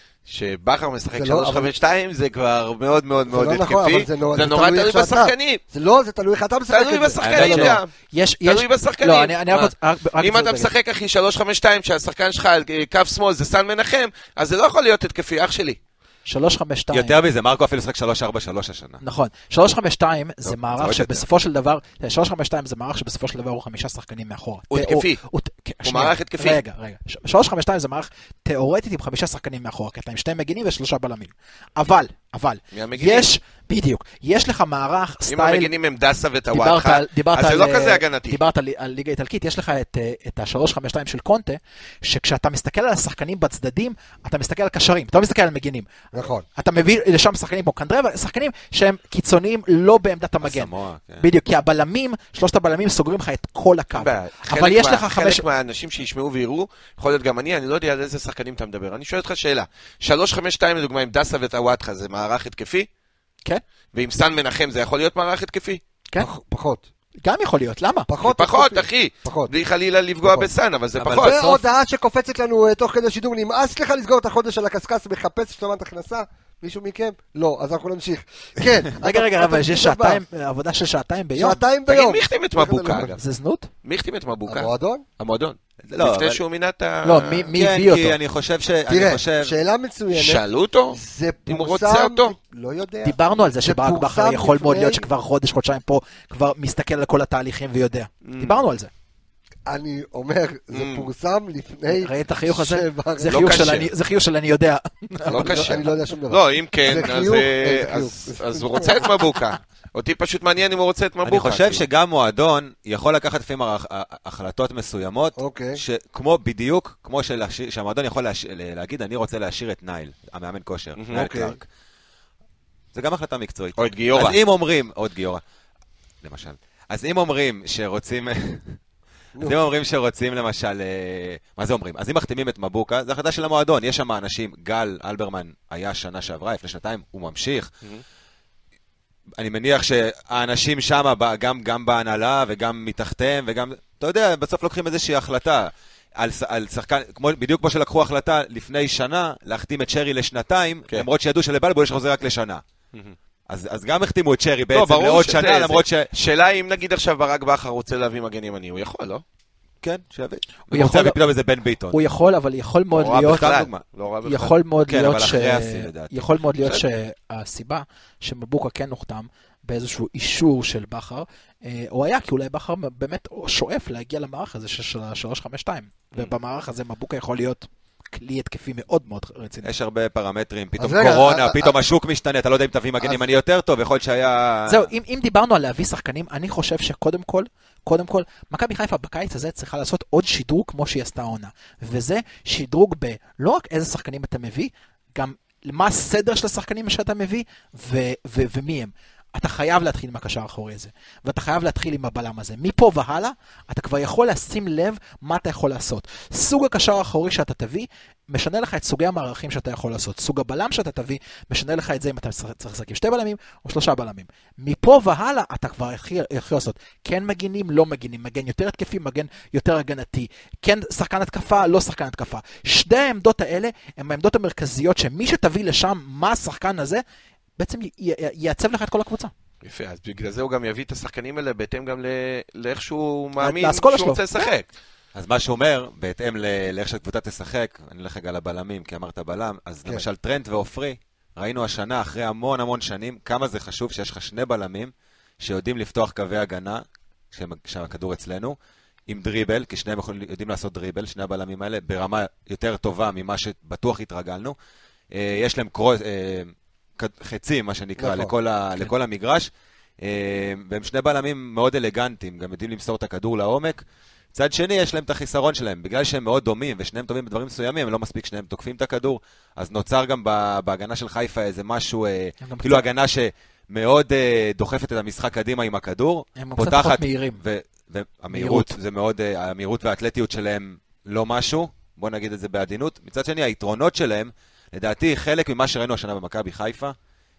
שבכר משחק זה לא- שלוש אבל- חמש שתיים, זה כבר מאוד מאוד זה מאוד לא נכון, התקפי. אבל זה נורא- זה זה נורא תלוי תלוי איך שאתה. בשחקנים. זה לא, זה תלוי איך אתה משחק תלוי את זה. בשחקנים לא, לא, לא. גם. יש, יש... תלוי בשחקנים. לא, אני, אני רק מה? רוצה... רק- רק אם רוצה אתה להגיד. משחק, אחי, שלוש חמש שתיים, שהשחקן שלך על אה, קו שמאל זה סן מנחם, אז זה לא יכול להיות התקפי, אח שלי. שלוש חמש שתיים. יותר מזה, מרקו אפילו שחק שלוש ארבע שלוש השנה. נכון. שלוש חמש שתיים זה טוב, מערך זה עוד שבסופו של דבר, שלוש חמש שתיים זה מערך שבסופו של דבר הוא חמישה שחקנים מאחורה. הוא ת- התקפי. הוא- כן, הוא שנייה. מערך התקפי. רגע, רגע. שלוש חמש שתיים זה מערך תיאורטית עם חמישה שחקנים מאחורה, כי אתה עם שני מגינים ושלושה בלמים. אבל, אבל, מי המגינים? יש, בדיוק, יש לך מערך אם סטייל... המגינים הם דסה דיברת וטוואטחה, על, דיברת אז זה על, לא אה, כזה הגנתי. דיברת על, על ליגה איטלקית, יש לך את, אה, את ה-שלוש חמש שתיים של קונטה, שכשאתה מסתכל על השחקנים בצדדים, אתה מסתכל על קשרים, אתה לא מסתכל על מגינים. נכון. אתה מביא לשם שחקנים כמו קנדרבה, שחקנים שהם קיצוניים לא בעמדת המגן. סמואה, כן. בדיוק, כי הבלמים, שלושת הבלמים סוגרים לך את כל הקו. בעיה. אבל חלק יש מה- לך חמש... חלק מהאנשים שישמעו ויראו, יכול להיות גם אני, אני לא יודע על איזה שחקנים אתה מדבר. אני שואל אותך שאלה. שלוש חמש שתיים לדוגמה עם דסה וטוואטחה זה מערך התקפי? כן, ועם סן מנחם זה יכול להיות מערך התקפי? כן. פח- פחות. גם יכול להיות, למה? פחות. פחות, התקפי. אחי. פחות. בלי חלילה לפגוע פחות. בסן, אבל זה אבל פחות. בסוף- והודעה שקופצת לנו אה, תוך כדי שידור, נמאס לך לסגור את החודש על הקסקס, מחפש השלמת הכנסה? מישהו מכם? לא, אז אנחנו נמשיך. כן. רגע, אתה- רגע, אתה אבל יש תגיד שעתיים, עבודה של שעתיים ביום. שעתיים תגיד, ביום. מי החתים את מבוקה, אגב? זה זנות? מי החתים את מבוקה? המועדון? המועדון. לא, לפני אבל- שהוא מינה את ה... לא, מי- מי כן, הביא כי אותו? אני חושב ש... אני תראה, חושב... שאלה מצוינת. שאלו אותו? זה אם הוא פורסם... רוצה אותו? לא יודע. דיברנו על זה שברק פורסם בכר יכול מאוד לפני- להיות שכבר חודש, חודשיים פה, כבר מסתכל על כל התהליכים ויודע. דיברנו על זה. אני אומר, זה Mm. פורסם לפני... ראית את החיוך הזה? שבר- זה לא חיוך קשה. של אני- זה חיוך של אני יודע. לא אני קשה. אני לא יודע שום דבר. לא, אם כן, זה אז, חיוך, אה, איזה אז- חיוך. אז הוא רוצה את מבוקה. אותי פשוט מעניין אם הוא רוצה את מבוקה. אני חושב שגם מועדון יכול לקחת לפעמים החלטות מסוימות, שכמו בדיוק, כמו שהמועדון יכול להגיד, אני רוצה להשאיר את נייל, המאמן כושר, נייל קלארק. זה גם החלטה מקצועית. או את גיורא. אז אם אומרים, או את גיורא, למשל. אז אם אומרים שרוצים... אז אם אומרים שרוצים למשל, מה זה אומרים? אז אם מחתימים את מבוקה, זה החלטה של המועדון. יש שם אנשים, גל אלברמן היה שנה שעברה, לפני שנתיים, הוא ממשיך. אני מניח שהאנשים שם, גם, גם בהנהלה וגם מתחתיהם, וגם, אתה יודע, בסוף לוקחים איזושהי החלטה על, על שחקן, כמו, בדיוק כמו שלקחו החלטה לפני שנה, להחתים את שרי לשנתיים, כן. למרות שידעו שלבלבול יש חוזר רק לשנה. אז, אז גם החתימו את שרי בעצם לא, לעוד שנה, זה, למרות ש... שאלה אם נגיד עכשיו ברק בכר רוצה להביא מגן ימני, הוא יכול, לא? כן, שיביא. הוא רוצה להביא פתאום איזה בן ביטון. הוא יכול, אבל יכול מאוד להיות... יכול מאוד להיות ש... יכול מאוד להיות שהסיבה שמבוקה כן נוחתם באיזשהו אישור של בכר, הוא היה כי אולי בכר באמת שואף להגיע למערך הזה של שלוש חמש שתיים, ובמערך הזה מבוקה יכול להיות... כלי התקפי מאוד מאוד רציני. יש הרבה פרמטרים, פתאום קורונה, פתאום השוק משתנה, אתה לא יודע אם תביא מגן ימני יותר טוב, יכול להיות שהיה... זהו, אם דיברנו על להביא שחקנים, אני חושב שקודם כל, קודם כל, מכבי חיפה בקיץ הזה צריכה לעשות עוד שדרוג כמו שהיא עשתה העונה. וזה שדרוג ב... לא רק איזה שחקנים אתה מביא, גם מה הסדר של השחקנים שאתה מביא, ומי הם. אתה חייב להתחיל עם הקשר האחורי הזה, ואתה חייב להתחיל עם הבלם הזה. מפה והלאה, אתה כבר יכול לשים לב מה אתה יכול לעשות. סוג הקשר האחורי שאתה תביא, משנה לך את סוגי המערכים שאתה יכול לעשות. סוג הבלם שאתה תביא, משנה לך את זה אם אתה צריך לשחק עם שתי בלמים או שלושה בלמים. מפה והלאה, אתה כבר יכול לעשות. כן מגינים, לא מגינים. מגן יותר התקפי, מגן יותר הגנתי. כן שחקן התקפה, לא שחקן התקפה. שתי העמדות האלה, הן העמדות המרכזיות שמי שתביא לשם מה השחקן הזה, בעצם יעצב לך את כל הקבוצה. יפה, אז בגלל זה הוא גם יביא את השחקנים האלה, בהתאם גם לאיך שהוא מאמין שהוא רוצה לשחק. אז מה שאומר, בהתאם לאיך שהקבוצה תשחק, אני אלך רגע לבלמים, כי אמרת בלם, אז למשל טרנט ואופרי, ראינו השנה, אחרי המון המון שנים, כמה זה חשוב שיש לך שני בלמים, שיודעים לפתוח קווי הגנה, כשהכדור אצלנו, עם דריבל, כי שניהם יודעים לעשות דריבל, שני הבלמים האלה, ברמה יותר טובה ממה שבטוח התרגלנו. יש להם קרוז... חצים, מה שנקרא, נכון, לכל, ה, כן. לכל המגרש, והם שני בלמים מאוד אלגנטיים, גם יודעים למסור את הכדור לעומק. צד שני, יש להם את החיסרון שלהם, בגלל שהם מאוד דומים, ושניהם טובים בדברים מסוימים, הם לא מספיק שניהם תוקפים את הכדור, אז נוצר גם בהגנה של חיפה איזה משהו, כאילו קצת... הגנה שמאוד דוחפת את המשחק קדימה עם הכדור, הם פותחת, קצת פחות מהירים. ו, והמהירות, זה מאוד, המהירות והאתלטיות שלהם לא משהו, בוא נגיד את זה בעדינות. מצד שני, היתרונות שלהם, לדעתי, חלק ממה שראינו השנה במכבי חיפה,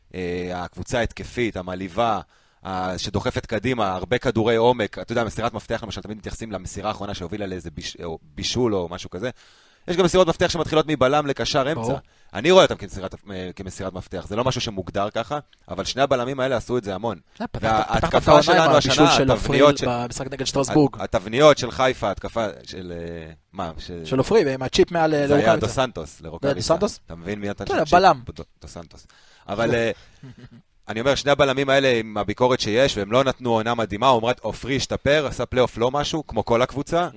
הקבוצה ההתקפית, המעליבה, שדוחפת קדימה, הרבה כדורי עומק, אתה יודע, מסירת מפתח, למשל, תמיד מתייחסים למסירה האחרונה שהובילה לאיזה ביש, או בישול או משהו כזה. יש גם מסירות מפתח שמתחילות מבלם לקשר אמצע. אני רואה אותם כמסירת, כמסירת מפתח, זה לא משהו שמוגדר ככה, אבל שני הבלמים האלה עשו את זה המון. וההתקפה שלנו השנה, התבניות של... במשחק נגד שטרסבורג. התבניות של חיפה, התקפה של... מה? של אופרי, עם הצ'יפ מעל לרוקאביצה. זה היה דו סנטוס, לרוקאביצה. אתה מבין מי אתה כן, בלם. דו סנטוס. אבל אני אומר, שני הבלמים האלה עם הביקורת שיש, והם לא נתנו עונה מדהימה, אומרת, אופרי השתפר, עשה פלייאוף לא משהו, כמו כל הקבוצה.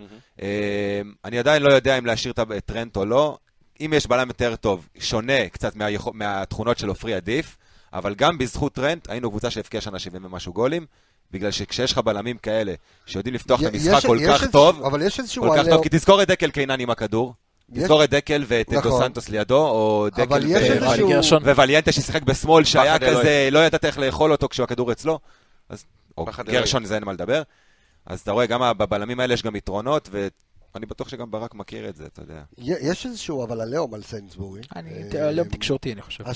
אני עדיין לא יודע אם להשאיר את טרנט או לא. אם יש בלם יותר טוב, שונה קצת מהתכונות של אופרי עדיף, אבל גם בזכות טרנט, היינו קבוצה שהפקיעה שנה שבעים ומשהו גולים, בגלל שכשיש לך בלמים כאלה, שיודעים לפתוח את המשחק כל כך טוב, כל כך טוב, כי תזכור את דקל קיינן עם הכדור, תזכור את דקל ואת דו סנטוס לידו, או דקל ווליאנטה ששיחק בשמאל, שהיה כזה, לא ידעת איך לאכול אותו כשהוא הכדור אצלו, או גרשון זה אין מה לדבר, אז אתה רואה, גם בבלמים האלה יש גם יתרונות, ואני בטוח שגם ברק מכיר את זה, אתה יודע. יש איזשהו אבל עליהום על סיינסבורי. עליהום תקשורתי, אני חושב.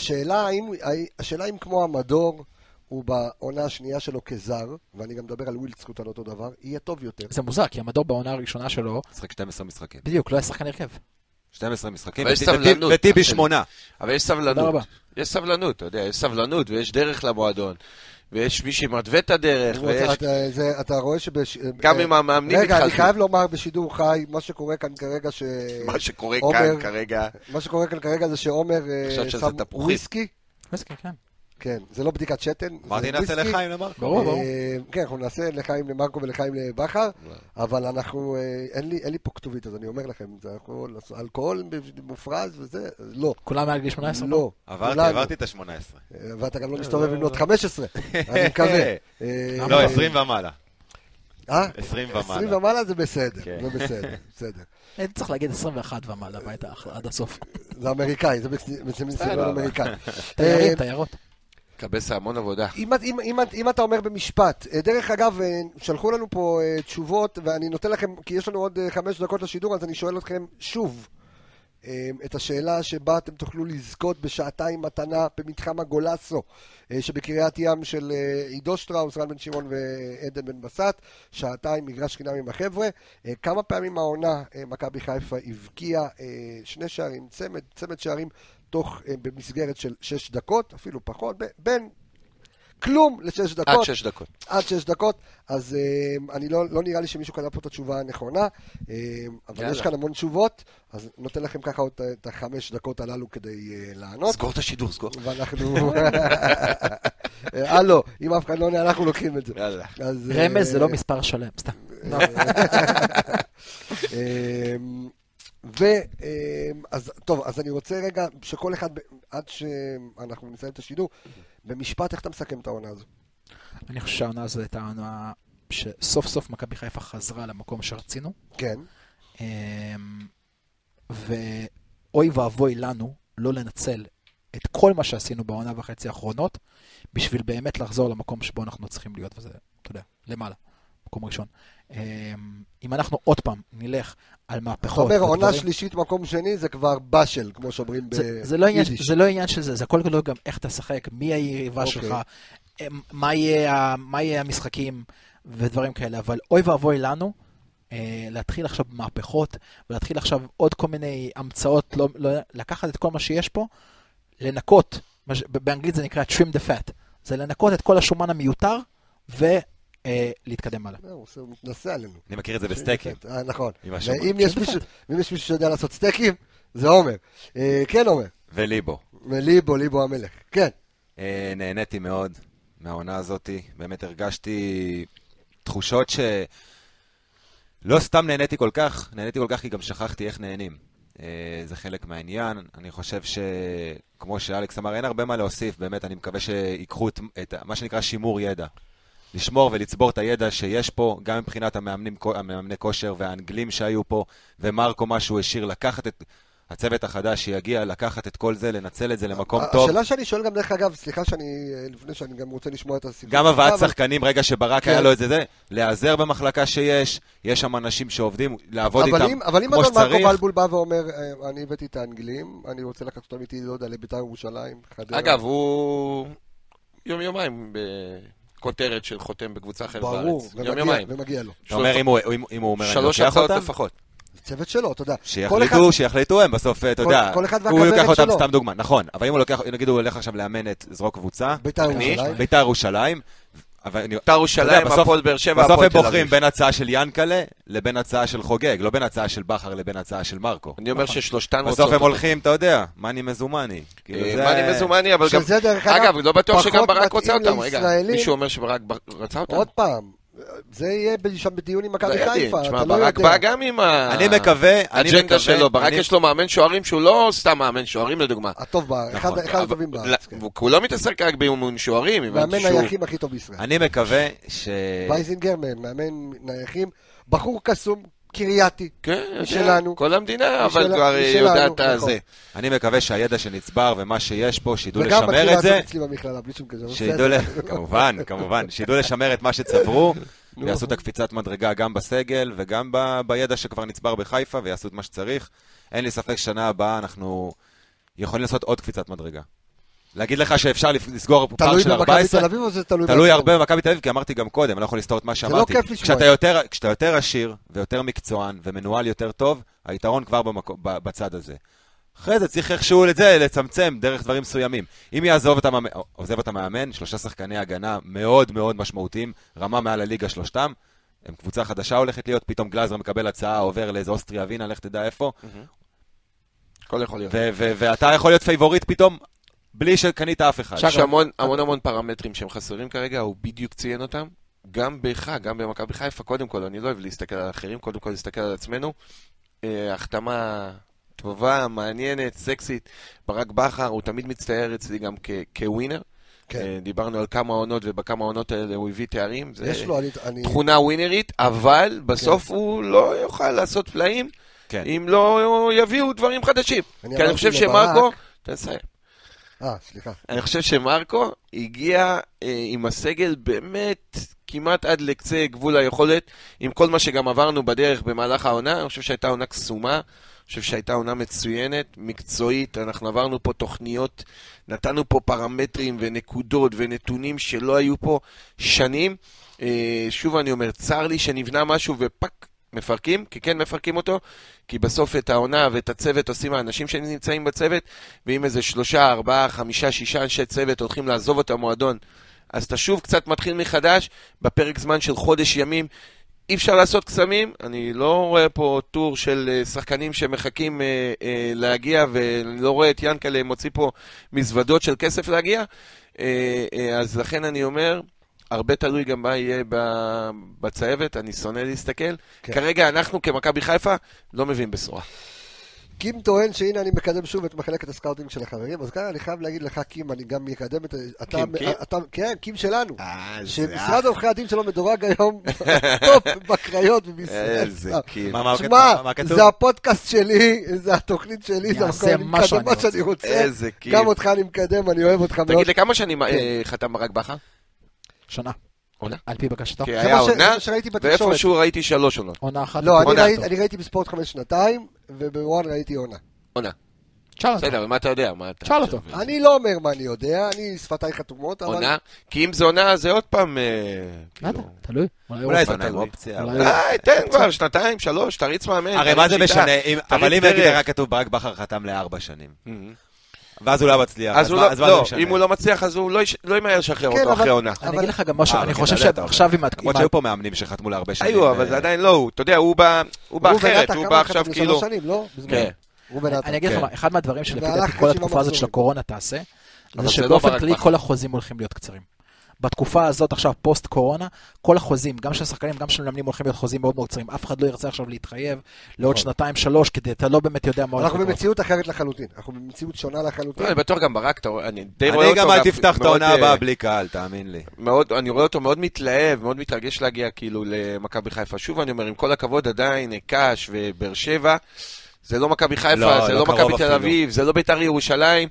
השאלה אם כמו המדור, הוא בעונה השנייה שלו כזר, ואני גם מדבר על ווילדסקוט על אותו דבר, יהיה טוב יותר. זה מוזר, כי המדור בעונה הראשונה שלו... שחק שנים עשר משחקים. בדיוק, לא היה שחקן הרכב. שנים עשר משחקים, וטיבי שמונה. אבל יש סבלנות. יש סבלנות, אתה יודע, יש סבלנות, ויש דרך למועדון. ויש מי שמתווה את הדרך, ויש... אתה רואה שבש... גם עם המאמנים התחלתי. רגע, אני חייב לומר בשידור חי, מה שקורה כאן כרגע ש... מה שקורה כאן כרגע... מה שקורה כאן כרגע זה שעומר שם וויסקי. וויסקי, כן. כן, זה לא בדיקת שתן. אמרתי נעשה לחיים למרקו. ברור, ברור. כן, אנחנו נעשה לחיים למרקו ולחיים לבחר, אבל אנחנו, אין לי פה כתובית, אז אני אומר לכם, זה אלכוהול מופרז וזה, לא. כולם מעל גיל שמונה עשרה? לא. עברתי, עברתי את ה-שמונה עשרה. ואתה גם לא מסתובב עם בנות חמש עשרה, אני מקווה. לא, עשרים ומעלה. אה? עשרים ומעלה. עשרים ומעלה זה בסדר, זה בסדר, בסדר. הייתי צריך להגיד עשרים ואחת ומעלה, מה הייתה עד הסוף? זה אמריקאי, זה בעצם סגנון אמריקאי. תיירים, תיירות. קבס המון עבודה. אם, אם, אם, אם אתה אומר במשפט, דרך אגב, שלחו לנו פה תשובות, ואני נותן לכם, כי יש לנו עוד חמש דקות לשידור, אז אני שואל אתכם שוב, את השאלה שבה אתם תוכלו לזכות בשעתיים מתנה במתחם הגולסו, שבקריית ים של עידו שטראוס, רן בן שמעון ועדן בן בסט, שעתיים מגרש חינם עם החבר'ה. כמה פעמים העונה מכבי חיפה הבקיעה שני שערים, צמד, צמד שערים, תוך, במסגרת של שש דקות, אפילו פחות, בין כלום לשש דקות. עד שש דקות. עד שש דקות, אז אני לא, לא נראה לי שמישהו כתב פה את התשובה הנכונה, אבל יאללה. יש כאן המון תשובות, אז נותן לכם ככה עוד את החמש דקות הללו כדי לענות. סגור את השידור, סגור. ואנחנו... הלו, אם אף אחד לא עונה, אנחנו לוקחים את זה. יאללה. אז, רמז זה לא מספר שלם, סתם. ו... אז, טוב, אז אני רוצה רגע שכל אחד, עד שאנחנו נסיים את השידור, במשפט איך אתה מסכם את העונה הזו? אני חושב שהעונה הזו הייתה העונה שסוף סוף מכבי חיפה חזרה למקום שרצינו. כן. ואוי ואבוי לנו לא לנצל את כל מה שעשינו בעונה וחצי האחרונות, בשביל באמת לחזור למקום שבו אנחנו צריכים להיות, וזה, אתה יודע, למעלה, מקום ראשון. אם אנחנו עוד פעם נלך על מהפכות... זאת אומרת, עונה שלישית מקום שני זה כבר בשל, כמו שאומרים ביידיש. זה לא עניין של זה, זה הכל גדול גם איך אתה שחק, מי היריבה שלך, מה יהיה המשחקים ודברים כאלה, אבל אוי ואבוי לנו להתחיל עכשיו מהפכות, ולהתחיל עכשיו עוד כל מיני המצאות, לקחת את כל מה שיש פה, לנקות, באנגלית זה נקרא trim the fat, זה לנקות את כל השומן המיותר, ו... להתקדם הלאה. הוא מתנסה עלינו. אני מכיר את זה בסטייקים. נכון. ואם יש מישהו שיודע לעשות סטייקים, זה עומר. כן, עומר. וליבו. וליבו, ליבו המלך. כן. נהניתי מאוד מהעונה הזאת. באמת הרגשתי תחושות ש... לא סתם נהניתי כל כך, נהניתי כל כך כי גם שכחתי איך נהנים. זה חלק מהעניין. אני חושב שכמו שאלכס אמר, אין הרבה מה להוסיף. באמת, אני מקווה שיקחו את מה שנקרא שימור ידע. לשמור ולצבור את הידע שיש פה, גם מבחינת המאמנים, המאמני כושר והאנגלים שהיו פה, ומרקו מה שהוא השאיר, לקחת את הצוות החדש שיגיע, לקחת את כל זה, לנצל את זה למקום טוב. השאלה שאני שואל גם דרך אגב, סליחה שאני, לפני שאני גם רוצה לשמוע את הסיפור. גם הבאת שחקנים, רגע שברק היה לו את זה, זה, להיעזר במחלקה שיש, יש שם אנשים שעובדים, לעבוד איתם כמו שצריך. אבל אם אדון מרקו בלבול בא ואומר, אני הבאתי את האנגלים, אני רוצה לקחת אותם איתי, לא יודע, לבית"ר ירושלים, חדרה. אגב, הוא יום יומיים ב... כותרת של חותם בקבוצה אחרת בארץ. ברור, ומגיע לו. אתה אומר, אם הוא אומר, אני שלוש לוקח הצעות אותם? לפחות. זה צוות שלו, אתה יודע. שיחליטו, שיחליטו הם בסוף, אתה יודע. כל אחד הוא והכוורת ייקח אותם שלו. סתם דוגמה, נכון. אבל אם הוא לוקח, נגיד הוא הולך עכשיו לאמן את זרוק קבוצה. בית"ר ירושלים. בית"ר ירושלים. בית"ר ירושלים, הפועל באר שבע, בסוף הפועל הם תל אביב. בוחרים בין הצעה של ינקלה לבין הצעה של חוגג, לא בין הצעה של בכר לבין הצעה של מרקו. אני אומר ששלושתן רוצות... בסוף הם הולכים, אתה יודע, מאני מזומני. מאני מזומני, אבל גם... אגב, לא בטוח שגם ברק רוצה אותם. רגע, מישהו אומר שברק רצה אותם? עוד פעם. זה יהיה שם בדיון עם מכבי חיפה. תשמע, ברק בא גם עם האג'נדה שלו. ברק יש לו מאמן שוערים שהוא לא סתם מאמן שוערים לדוגמה. הטוב, אחד הטובים בארץ. הוא לא מתעסק רק באימון שוערים. מאמן נייחים הכי טוב בישראל. אני מקווה ש... וייזינגר, מאמן נייחים, בחור קסום, קרייתי, שלנו. כל המדינה, אבל כבר יודעת את זה. אני מקווה שהידע שנצבר ומה שיש פה, שידעו לשמר את זה. שידעו, כמובן, כמובן, שידעו לשמר את מה שצברו, ויעשו את הקפיצת מדרגה גם בסגל וגם בידע שכבר נצבר בחיפה, ויעשו את מה שצריך. אין לי ספק שנה הבאה אנחנו יכולים לעשות עוד קפיצת מדרגה. להגיד לך שאפשר לסגור פער של ארבע עשרה, תלוי במכבי תל אביב או זה תלוי תלוי הרבה במכבי תל אביב, כי אמרתי גם קודם, אני לא יכול לסתור את מה שאמרתי. זה לא כיף לשמוע. כשאתה יותר, כשאתה יותר עשיר ויותר מקצוען ומנוהל יותר טוב, היתרון כבר במקו, בצד הזה. אחרי זה צריך איכשהו את זה לצמצם דרך דברים מסוימים. אם יעזוב את המאמן, עוזב את המאמן, שלושה שחקני הגנה מאוד מאוד משמעותיים, רמה מעל הליגה שלושתם, הם קבוצה חדשה הולכת להיות, פתאום גלאזר מקבל הצעה, עובר לאיזו אוסטריה ווינה, לך תדע איפה. הכל יכול להיות. ואתה יכול להיות פייבוריט פתאום, בלי שקנית אף אחד. יש המון המון המון פרמטרים שהם חסרים כרגע, הוא בדיוק ציין אותם, גם בך, גם במכבי חיפה, קודם כל, אני לא אוהב להסתכל על האחרים, קודם כל להסתכל על עצמנו, החתמה טובה, מעניינת, סקסית, ברק בכר, הוא תמיד מצטייר אצלי גם כווינר, דיברנו על כמה עונות, ובכמה עונות האלה הוא הביא תארים, זה תכונה ווינרית, אבל בסוף הוא לא יוכל לעשות פלאים, אם לא יביאו דברים חדשים, כי אני חושב שמרקו, תנסיים. אה, סליחה. אני חושב שמרקו הגיע אה, עם הסגל באמת כמעט עד לקצה גבול היכולת, עם כל מה שגם עברנו בדרך במהלך העונה. אני חושב שהייתה עונה קסומה, אני חושב שהייתה עונה מצוינת, מקצועית, אנחנו עברנו פה תוכניות, נתנו פה פרמטרים ונקודות ונתונים שלא היו פה שנים. אה, שוב אני אומר, צר לי שנבנה משהו ופק, מפרקים, כי כן מפרקים אותו, כי בסוף את העונה ואת הצוות עושים האנשים שנמצאים בצוות, ואם איזה שלושה, ארבעה, חמישה, שישה אנשי צוות הולכים לעזוב את המועדון, אז אתה שוב קצת מתחיל מחדש, בפרק זמן של חודש ימים, אי אפשר לעשות קסמים, אני לא רואה פה טור של שחקנים שמחכים אה, אה, להגיע, ואני לא רואה את ינקלה מוציא פה מזוודות של כסף להגיע, אה, אה, אז לכן אני אומר, הרבה תלוי גם מה יהיה בצוות, אני שונא להסתכל. כן. כרגע אנחנו כמכבי חיפה לא מביאים בשורה. קים טוען שהנה אני מקדם שוב את מחלקת הסקאוטינג של החברים, אז כאן אני חייב להגיד לך קים, אני גם מקדם את... אתה, קים, קים? אתה, כן, קים שלנו. אה, שמשרד עורכי הדין שלו מדורג היום טופ בקריות ובישראל. איזה קים. שמע, זה הפודקאסט שלי, זה התוכנית שלי, זה המקום, אני מקדם מה שאני רוצה. איזה קים. גם אותך אני מקדם, אני אוהב אותך מאוד. תגיד לכמה שנים חתם ברק בכר? שנה. עונה? על פי בקשתו. כי היה עונה, ואיפשהו ראיתי שלוש עונות. עונה אחת. לא, אני ראיתי בספורט חמש שנתיים, ובוואן ראיתי עונה. עונה. שאל אותו. בסדר, מה אתה יודע? שאל אותו. אני לא אומר מה אני יודע, אני שפתיי חתומות, אבל... עונה? כי אם זה עונה, זה עוד פעם... לא יודע, תלוי. אולי זה נעים אופציה. אה, תן כבר, שנתיים, שלוש, תריץ מאמן. הרי מה זה משנה? אבל אם נגיד רק כתוב ברק בכר חתם לארבע שנים. ואז הוא לא מצליח. אז לא, אם הוא לא מצליח, אז הוא לא ימהר לשחרר אותו אחרי עונה. אני אגיד לך גם משהו, אני חושב שעכשיו עם... למרות שהיו פה מאמנים שחתמו להרבה שנים. היו, אבל זה עדיין לא הוא. אתה יודע, הוא בא אחרת, הוא בא עכשיו כאילו... כן. אני אגיד לך, אחד מהדברים שלפי דעתי כל התקופה הזאת של הקורונה תעשה, זה שבאופן כללי כל החוזים הולכים להיות קצרים. בתקופה הזאת עכשיו פוסט קורונה, כל החוזים, גם של שחקנים, גם של מאמנים הולכים להיות חוזים מאוד מאוד קצרים. אף אחד לא ירצה עכשיו להתחייב לעוד שנתיים, שלוש, כדי אתה לא באמת יודע מה הולך לקרות. אנחנו במציאות אחרת לחלוטין. אנחנו במציאות שונה לחלוטין. אני בטוח גם ברק, אני די רואה אותו... אני גם אל תפתח את העונה הבאה בלי קהל, תאמין לי. אני רואה אותו מאוד מתלהב, מאוד מתרגש להגיע כאילו למכבי חיפה. שוב אני אומר, עם כל הכבוד עדיין, קש ובאר שבע, זה לא מכבי חיפה, זה לא מכבי תל אביב, זה לא בית"ר ירושלים.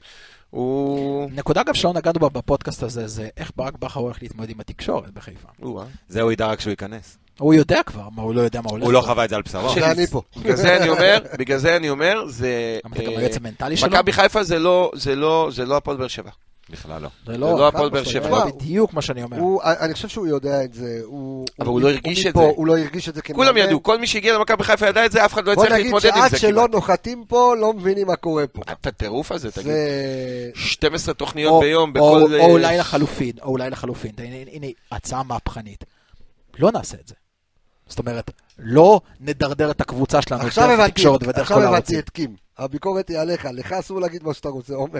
נקודה אגב שלא נגענו בה בפודקאסט הזה, זה איך ברק בכר הולך להתמודד עם התקשורת בחיפה. זה הוא ידע רק שהוא ייכנס. הוא יודע כבר, מה הוא לא יודע מה הולך. הוא לא חווה את זה על בשרו. זה אני פה. בגלל זה אני אומר, בגלל זה אני אומר, זה... מכבי חיפה זה לא הפועל באר שבע. בכלל לא. זה לא הפועל באר שבע. בדיוק מה שאני אומר. אני חושב שהוא יודע את זה. אבל הוא לא הרגיש את זה. הוא לא הרגיש את זה כמאמן. כולם ידעו, כל מי שהגיע למכבי חיפה ידע את זה, אף אחד לא יצטרך להתמודד עם זה. בוא נגיד שעד שלא נוחתים פה, לא מבינים מה קורה פה. אתה טירוף הזה, תגיד. שתים עשרה תוכניות ביום בכל... או אולי לחלופין, או אולי לחלופין. הנה, הצעה מהפכנית. לא נעשה את זה. זאת אומרת, לא נדרדר את הקבוצה שלנו. עכשיו הבנתי את קים. הביקורת היא עליך, לך אסור להגיד מה שאתה רוצה, עומר.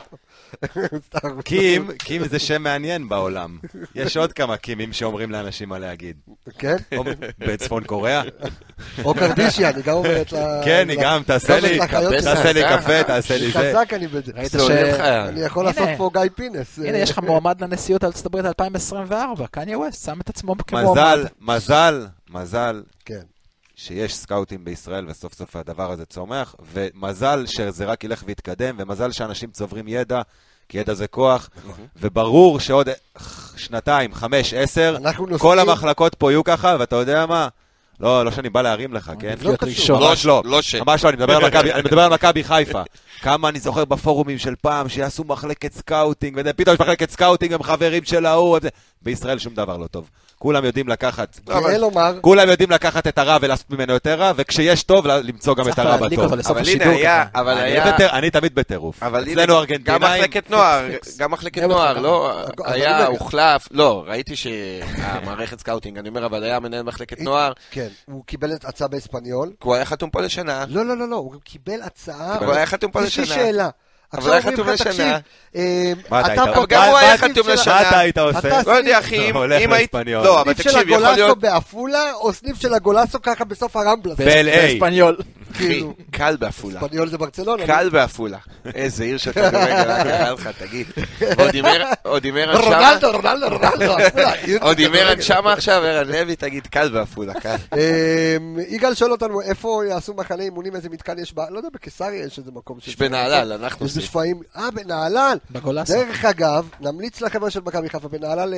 קים, קים זה שם מעניין בעולם. יש עוד כמה קימים שאומרים לאנשים מה להגיד. כן? בצפון קוריאה. או קרדישיה, אני גם אומרת לה... כן, היא גם, תעשה לי, תעשה לי קפה, תעשה לי זה. חזק אני בזה. אני יכול לעשות פה גיא פינס. הנה, יש לך מועמד לנשיאות על ארצות הברית אלפיים עשרים וארבע, קניה ווסט, שם את עצמו כמועמד. מזל, מזל, מזל. כן. שיש סקאוטים בישראל וסוף סוף הדבר הזה צומח, ומזל שזה רק ילך ויתקדם, ומזל שאנשים צוברים ידע, כי ידע זה כוח, וברור שעוד שנתיים, חמש, עשר, כל המחלקות פה יהיו ככה, ואתה יודע מה? לא, לא שאני בא להרים לך, כן? ממש לא, ממש לא, אני מדבר על מכבי חיפה. כמה אני זוכר בפורומים של פעם, שיעשו מחלקת סקאוטינג, ופתאום יש מחלקת סקאוטינג, הם חברים של ההוא, בישראל שום דבר לא טוב. כולם יודעים לקחת, כולם יודעים לקחת את הרע ולעשות ממנו יותר רע, וכשיש טוב, למצוא גם את הרע בטוב. אבל הנה היה, אבל היה... אני תמיד בטירוף. אצלנו ארגנטינאים... גם מחלקת נוער, גם מחלקת נוער, לא, היה, הוחלף, לא, ראיתי שהמערכת סקאוטינג, אני אומר, אבל היה מנהל מחלקת נוער. כן, הוא קיבל את הצעה באספניול. הוא היה חתום פה לשנה. לא, לא, לא, לא, הוא קיבל הצעה... הוא היה חתום פה לשנה. יש לי שאלה. עכשיו אומרים לך, תקשיב, אתה פה... גם הוא היה חתום לשנה. מה אתה היית עושה? לא יודע, אחי, אם היית... לא, אבל תקשיב, יכול להיות... סניף של הגולסו באפולה, או סניף של הגולסו ככה בסוף הרמבלה. באספניול. אחי, קל באפולה. אספניול זה ברצלונה. קל באפולה. איזה עיר שאתה דורגל, רק קרה לך, תגיד. ועוד עם ערן שמה... רונלדו, רונלדו, רונלדו. עוד עם ערן שמה עכשיו, ערן לוי, תגיד, קל באפולה, קל. יגאל שואל אותנו, איפה יעשו מחנה אימונים, איזה מתקן יש בה, לא יודע, בקיסריה יש איזה מקום. יש בנהלל, אנחנו עושים. יש בשפעים, אה, בנהלל. בגולסו. דרך אגב, נמליץ לחבר'ה של מכבי חיפה, בנהלל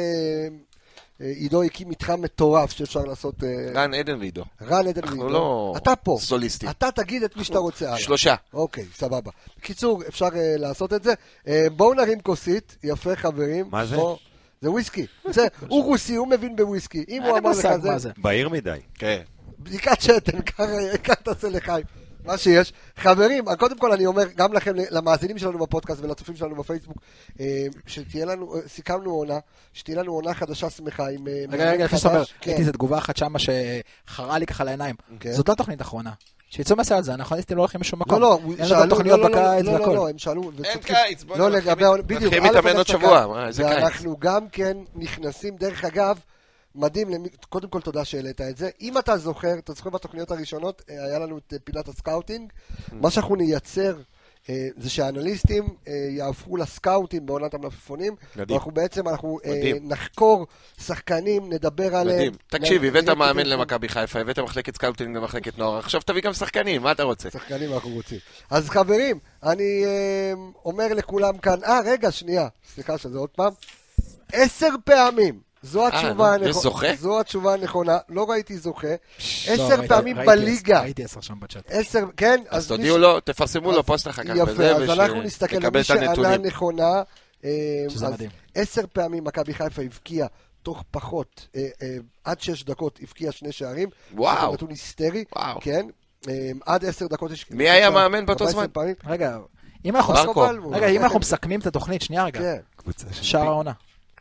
עידו הקים מתחם מטורף שאפשר לעשות... רן עדן ועידו. רן עדן ועידו. אנחנו לא אתה פה. סוליסטים. אתה תגיד את מי שאתה רוצה. שלושה. אוקיי, סבבה. בקיצור, אפשר לעשות את זה. בואו נרים כוסית, יפה חברים. מה זה? זה וויסקי. הוא רוסי, הוא מבין בוויסקי. אם הוא אמר לך זה... בעיר מדי. כן. בדיקת שתן, ככה תעשה לחיים. מה שיש. חברים, קודם כל אני אומר גם לכם, למאזינים שלנו בפודקאסט ולצופים שלנו בפייסבוק, שתהיה לנו, סיכמנו עונה, שתהיה לנו עונה חדשה שמחה עם... רגע, רגע, לפני שאתה אומר, הייתי איזו תגובה אחת שמה שחרה לי ככה לעיניים. זאת לא תוכנית אחרונה. שיצאו מסע על זה, האנכרוניסטים לא הולכים לשום מקום. לא, לא, אין לנו תוכניות בקיץ והכל. והכל. לא, לא, הם שאלו... אין קיץ, בוא נתחיל להתאמן עוד שבוע, איזה קיץ. ואנחנו גם כן נכנסים, דרך אגב, מדהים, קודם כל תודה שהעלית את זה. אם אתה זוכר, אתה זוכר בתוכניות הראשונות, היה לנו את פינת הסקאוטינג. מה שאנחנו נייצר זה שהאנליסטים יהפכו לסקאוטים בעונת המלפפונים. ואנחנו בעצם, אנחנו נחקור שחקנים, נדבר עליהם. מדהים. תקשיב, הבאת מאמן למכבי חיפה, הבאת מחלקת סקאוטינג למחלקת נוער. עכשיו תביא גם שחקנים, מה אתה רוצה? שחקנים אנחנו רוצים. אז חברים, אני אומר לכולם כאן, אה, רגע, שנייה, סליחה שזה עוד פעם. עשר פעמים. זו התשובה הנכונה, זו התשובה הנכונה, לא ראיתי זוכה, עשר פעמים בליגה. ראיתי עשר שם בצ'אט. עשר, כן. אז תודיעו לו, תפרסמו לו פוסט אחר כך בזה, יפה, אז אנחנו נסתכל למי שענה נכונה. שזה מדהים. עשר פעמים מכבי חיפה הבקיע תוך פחות, עד שש דקות הבקיע שני שערים. וואו. זה נתון היסטרי, כן. עד עשר דקות יש... מי היה מאמן באותו זמן? רגע, אם אנחנו מסכמים את התוכנית, שנייה רגע. שער העונה.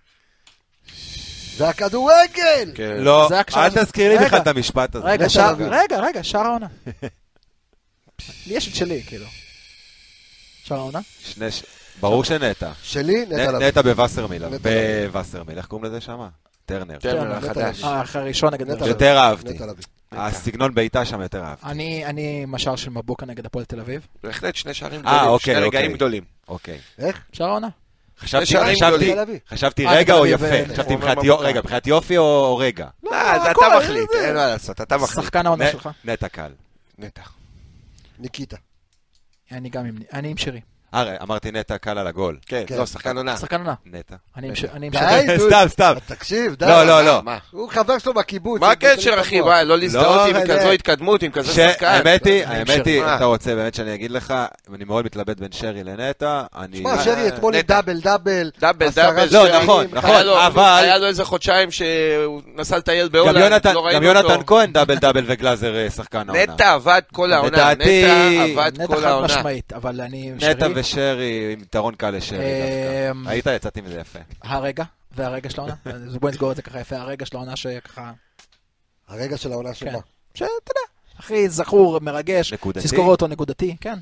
זה הכדורגל! לא, אל תזכיר לי בכלל את המשפט הזה. רגע, רגע, שער העונה. לי יש את שלי, כאילו. שער העונה? ברור שנטע. שלי? נטע בווסרמיל. בווסרמיל, איך קוראים לזה שמה? טרנר. טרנר החדש. אחרי ראשון נגד נטע. יותר אהבתי. הסגנון בעיטה שם יותר אהבתי. אני משער של מבוקה נגד הפועל תל אביב. בהחלט שני שערים גדולים, שני רגעים גדולים. אוקיי. איך? שער העונה. חשבתי רגע או יפה, חשבתי מבחינת יופי או רגע. לא, אתה מחליט, אין מה לעשות, אתה מחליט. שחקן העונה שלך. נטע קל. נטע. ניקיטה. אני גם עם, אני עם שרי. הרי, אמרתי נטע קל על הגול. כן, לא, שחקן עונה. שחקן עונה. נטע. אני עם שרי. סתם, סתם. תקשיב, די. לא, לא, לא. הוא חבר שלו בקיבוץ. מה הקשר, אחי? לא להזדהות עם כזו התקדמות, עם כזה שחקן. האמת היא, האמת היא, אתה רוצה באמת שאני אגיד לך, אני מאוד מתלבט בין שרי לנטע. שמע, שרי אתמול דאבל, דאבל. דאבל, דאבל. לא, נכון, נכון, אבל... היה לו איזה חודשיים שהוא נסע לטייל בהולנד, לא ראינו אותו. גם יונתן כהן דאבל, דאבל וגלאזר שחקן העונה. נטע עבד כל העונה, נטע עבד כל העונה. נטע חד משמעית, אבל אני עם שרי. נטע ושרי עם יתרון קל לשרי דווקא. היית, יצאתי מזה יפה. הרגע, והרגע של העונה. אז בואי נסגור את זה ככה יפה, הרגע של העונה שככה... הרגע של העונה שמה. שאתה יודע, הכי זכור, מרגש, תזכורו אותו נקודתי, כן.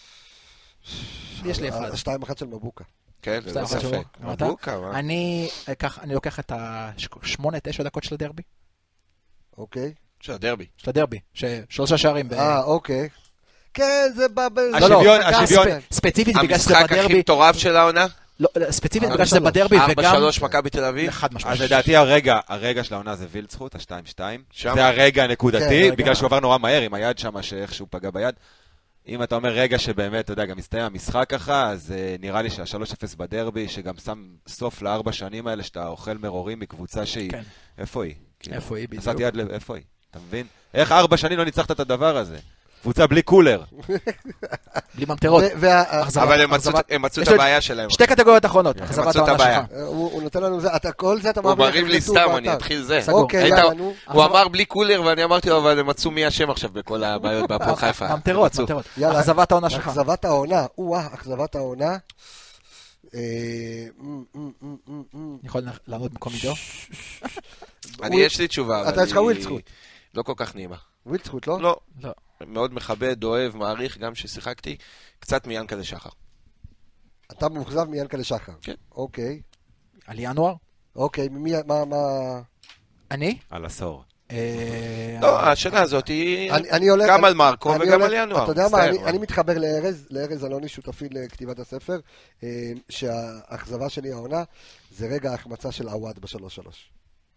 יש לי אחד. שתיים אחת של מבוקה. כן, זה ספק. מבוקה, מה? אני לוקח את השמונה, תשע דקות של הדרבי. אוקיי. של הדרבי. של הדרבי, שלושה שערים. אה, אוקיי. כן, זה בא... השוויון, השוויון. ספציפית בגלל שזה המשחק בדרבי. הכי טורף של העונה? לא, ספציפית בגלל שזה בדרבי וגם... ארבע שלוש מכבי תל אביב? אחד משמעית. אז לדעתי הרגע, הרגע של העונה זה וילצחוט, ה-שתיים שתיים. זה הרגע הנקודתי, בגלל שהוא עבר נורא מהר עם היד שם, שאיכשהו פגע ביד. אם אתה אומר רגע שבאמת, אתה יודע, גם מסתיים המשחק ככה, אז נראה לי שה-שלוש אפס בדרבי, שגם שם סוף לארבע שנים האלה, שאתה אוכל מרורים מקבוצה שהיא... איפה היא? איפה היא בדיוק? נסעתי עד ל... איפה היא? אתה מבין? איך ארבע שנים לא ניצחת את הדבר הזה? קבוצה בלי קולר. בלי ממטרות. אבל הם מצאו את הבעיה שלהם. שתי קטגוריות אחרונות. הם מצאו את הבעיה. הוא נותן לנו זה, כל זה אתה הוא מריב לי סתם, אני אתחיל זה. הוא אמר בלי קולר ואני אמרתי לו, אבל הם מצאו מי השם עכשיו בכל הבעיות בהפועל חיפה. ממטרות, ממטרות. אכזבת העונה שלך. אכזבת העונה. וואה, אכזבת העונה. אני יכול לענות במקום עידו? אני יש לי תשובה. אתה יש לך ווילצחוט. לא כל כך נעימה. ווילצחוט, לא? לא. מאוד מכבד, אוהב, מעריך, גם ששיחקתי, קצת מיאנקל'ה שחר. אתה מאוכזב מיענקל'ה שחר. כן. אוקיי. על ינואר? אוקיי, ממי, מה, מה... אני? על עשור. לא, השנה הזאת היא אני, אני הולך, גם אני, על מרקו אני וגם הולך, על ינואר. אתה יודע מה, אני, אני מתחבר לארז, לארז אלוני שותפי לכתיבת הספר, שהאכזבה שלי העונה זה רגע ההחמצה של עווד בשלוש שלוש.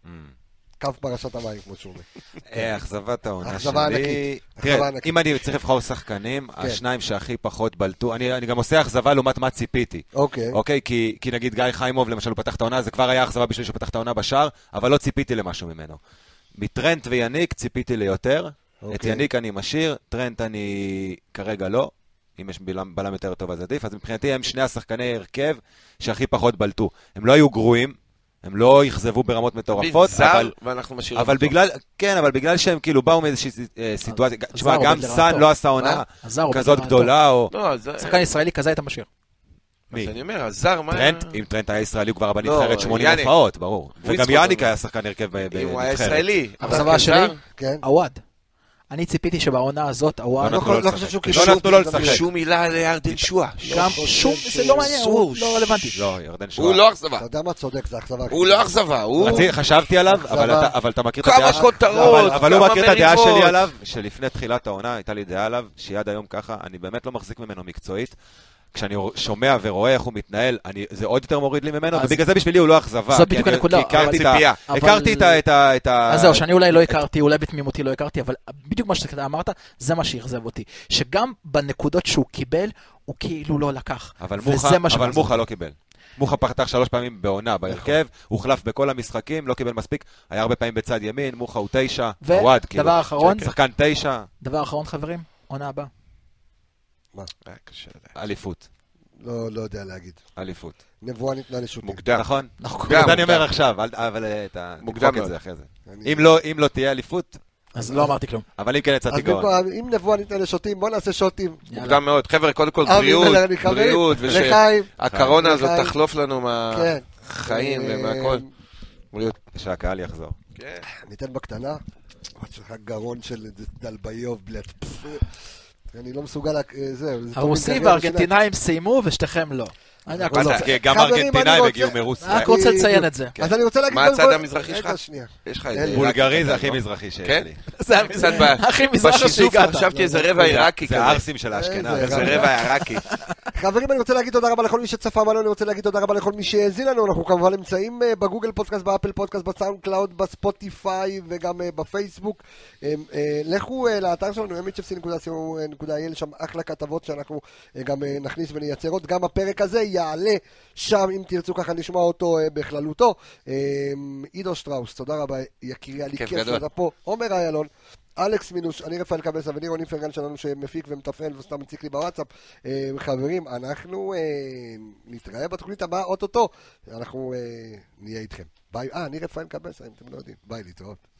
קו פרשת המים, כמו שהוא אומר. אכזבת העונה אכזבה שלי. ענקית. תראה, אם אני צריך לבחור שחקנים, השניים שהכי פחות בלטו, אני גם עושה אכזבה לעומת מה ציפיתי. אוקיי. אוקיי, כי נגיד גיא חיימוב, למשל, הוא פתח את העונה, זה כבר היה אכזבה בשביל שהוא פתח את העונה בשער, אבל לא ציפיתי למשהו ממנו. מטרנט ויניק ציפיתי ליותר. את יניק אני משאיר, טרנט אני כרגע לא. אם יש בלם יותר טוב אז עדיף. אז מבחינתי הם שני השחקני הרכב שהכי פחות בלטו. הם לא היו גרועים. הם לא יחזבו ברמות מטורפות, אבל, אבל בגלל, כן, אבל בגלל שהם כאילו באו מאיזושהי סיטואציה, תשמע, גם סן לא עשה עונה כזאת גדולה, או... שחקן ישראלי כזה היית משאיר. מי? אני אומר, הזר, מה... טרנט, אם טרנט היה ישראלי, הוא כבר הבא נבחרת שמונים הופעות, ברור. וגם יאניק היה שחקן הרכב בנבחרת. אם הוא היה ישראלי. המחשבה שלי, עווד. אני ציפיתי שבעונה הזאת, עווד... לא חושב שהוא לא נתנו לו לשחק. שום מילה לירדן שואה. גם שום, זה לא מעניין, הוא לא רלוונטי. לא, ירדן שואה. הוא לא אכזבה. אתה יודע מה צודק, זה אכזבה. הוא לא אכזבה, הוא... חשבתי עליו, אבל אתה מכיר את הדעה... כמה כותרות, אבל הוא מכיר את הדעה שלי עליו, שלפני תחילת העונה הייתה לי דעה עליו, שיד היום ככה, אני באמת לא מחזיק ממנו מקצועית. כשאני שומע ורואה איך הוא מתנהל, זה עוד יותר מוריד לי ממנו, ובגלל זה בשבילי הוא לא אכזבה. זאת בדיוק הנקודה. הכרתי את ה... אז זהו, שאני אולי לא הכרתי, אולי בתמימותי לא הכרתי, אבל בדיוק מה שאתה אמרת, זה מה שאכזב אותי. שגם בנקודות שהוא קיבל, הוא כאילו לא לקח. אבל מוחה לא קיבל. מוחה פתח שלוש פעמים בעונה בהרכב, הוא חלף בכל המשחקים, לא קיבל מספיק, היה הרבה פעמים בצד ימין, מוחה הוא תשע, עווד, כאילו, שחקן תשע. דבר אחרון חברים, עונה הבאה. מה? אליפות. לא, לא יודע להגיד. אליפות. נבואה ניתנה לשוטים. מוקדם. נכון? אז אני אומר עכשיו, אבל תמחוק את זה אחרי זה. אם לא תהיה אליפות... אז לא אמרתי כלום. אבל אם כן יצאתי גאון. אז אם נבואה ניתנה לשוטים, בוא נעשה שוטים. מוקדם מאוד. חבר'ה, קודם כל בריאות, בריאות, ושהקורונה הזאת תחלוף לנו מהחיים ומהכל. בריאות. שהקהל יחזור. ניתן בקטנה. שלך גרון של דלביוב, בלט. אני לא מסוגל, זהו. הרוסים והארגנטינאים סיימו ושתיכם לא. גם הארגנטינאים הגיעו מרוסיה. רק רוצה לציין את זה. אז אני רוצה להגיד... מה הצד המזרחי שלך? יש לך בולגרי זה הכי מזרחי שיש לי. זה הכי מזרחי שהגעת. חשבתי איזה רבע עיראקי. זה הארסים של האשכנז. איזה רבע עיראקי. חברים, אני רוצה להגיד תודה רבה לכל מי שצפה בנו, אני רוצה להגיד תודה רבה לכל מי שהאזין לנו, אנחנו כמובן נמצאים בגוגל פודקאסט, באפל פודקאסט, בסאונד קלאוד, בספוטיפיי וגם בפייסבוק. לכו לאתר שלנו, אם אייץ' אף סי נקודה סי או נקודה איי אל, שם אחלה כתבות שאנחנו גם נכניס ונייצר עוד. גם הפרק הזה יעלה שם, אם תרצו ככה נשמע אותו בכללותו. עידו שטראוס, תודה רבה יקירי, לי כיף שאתה פה. עומר איילון, אלכס מינוש, אני רפאל קבסה וניר רוני פרגן שלנו שמפיק ומתפעל וסתם מציק לי בוואטסאפ. חברים, אנחנו נתראה בתוכנית הבאה אוטוטו, אנחנו נהיה איתכם. ביי, אה, אני רפאל קבסה, אם אתם לא יודעים. ביי, להתראות.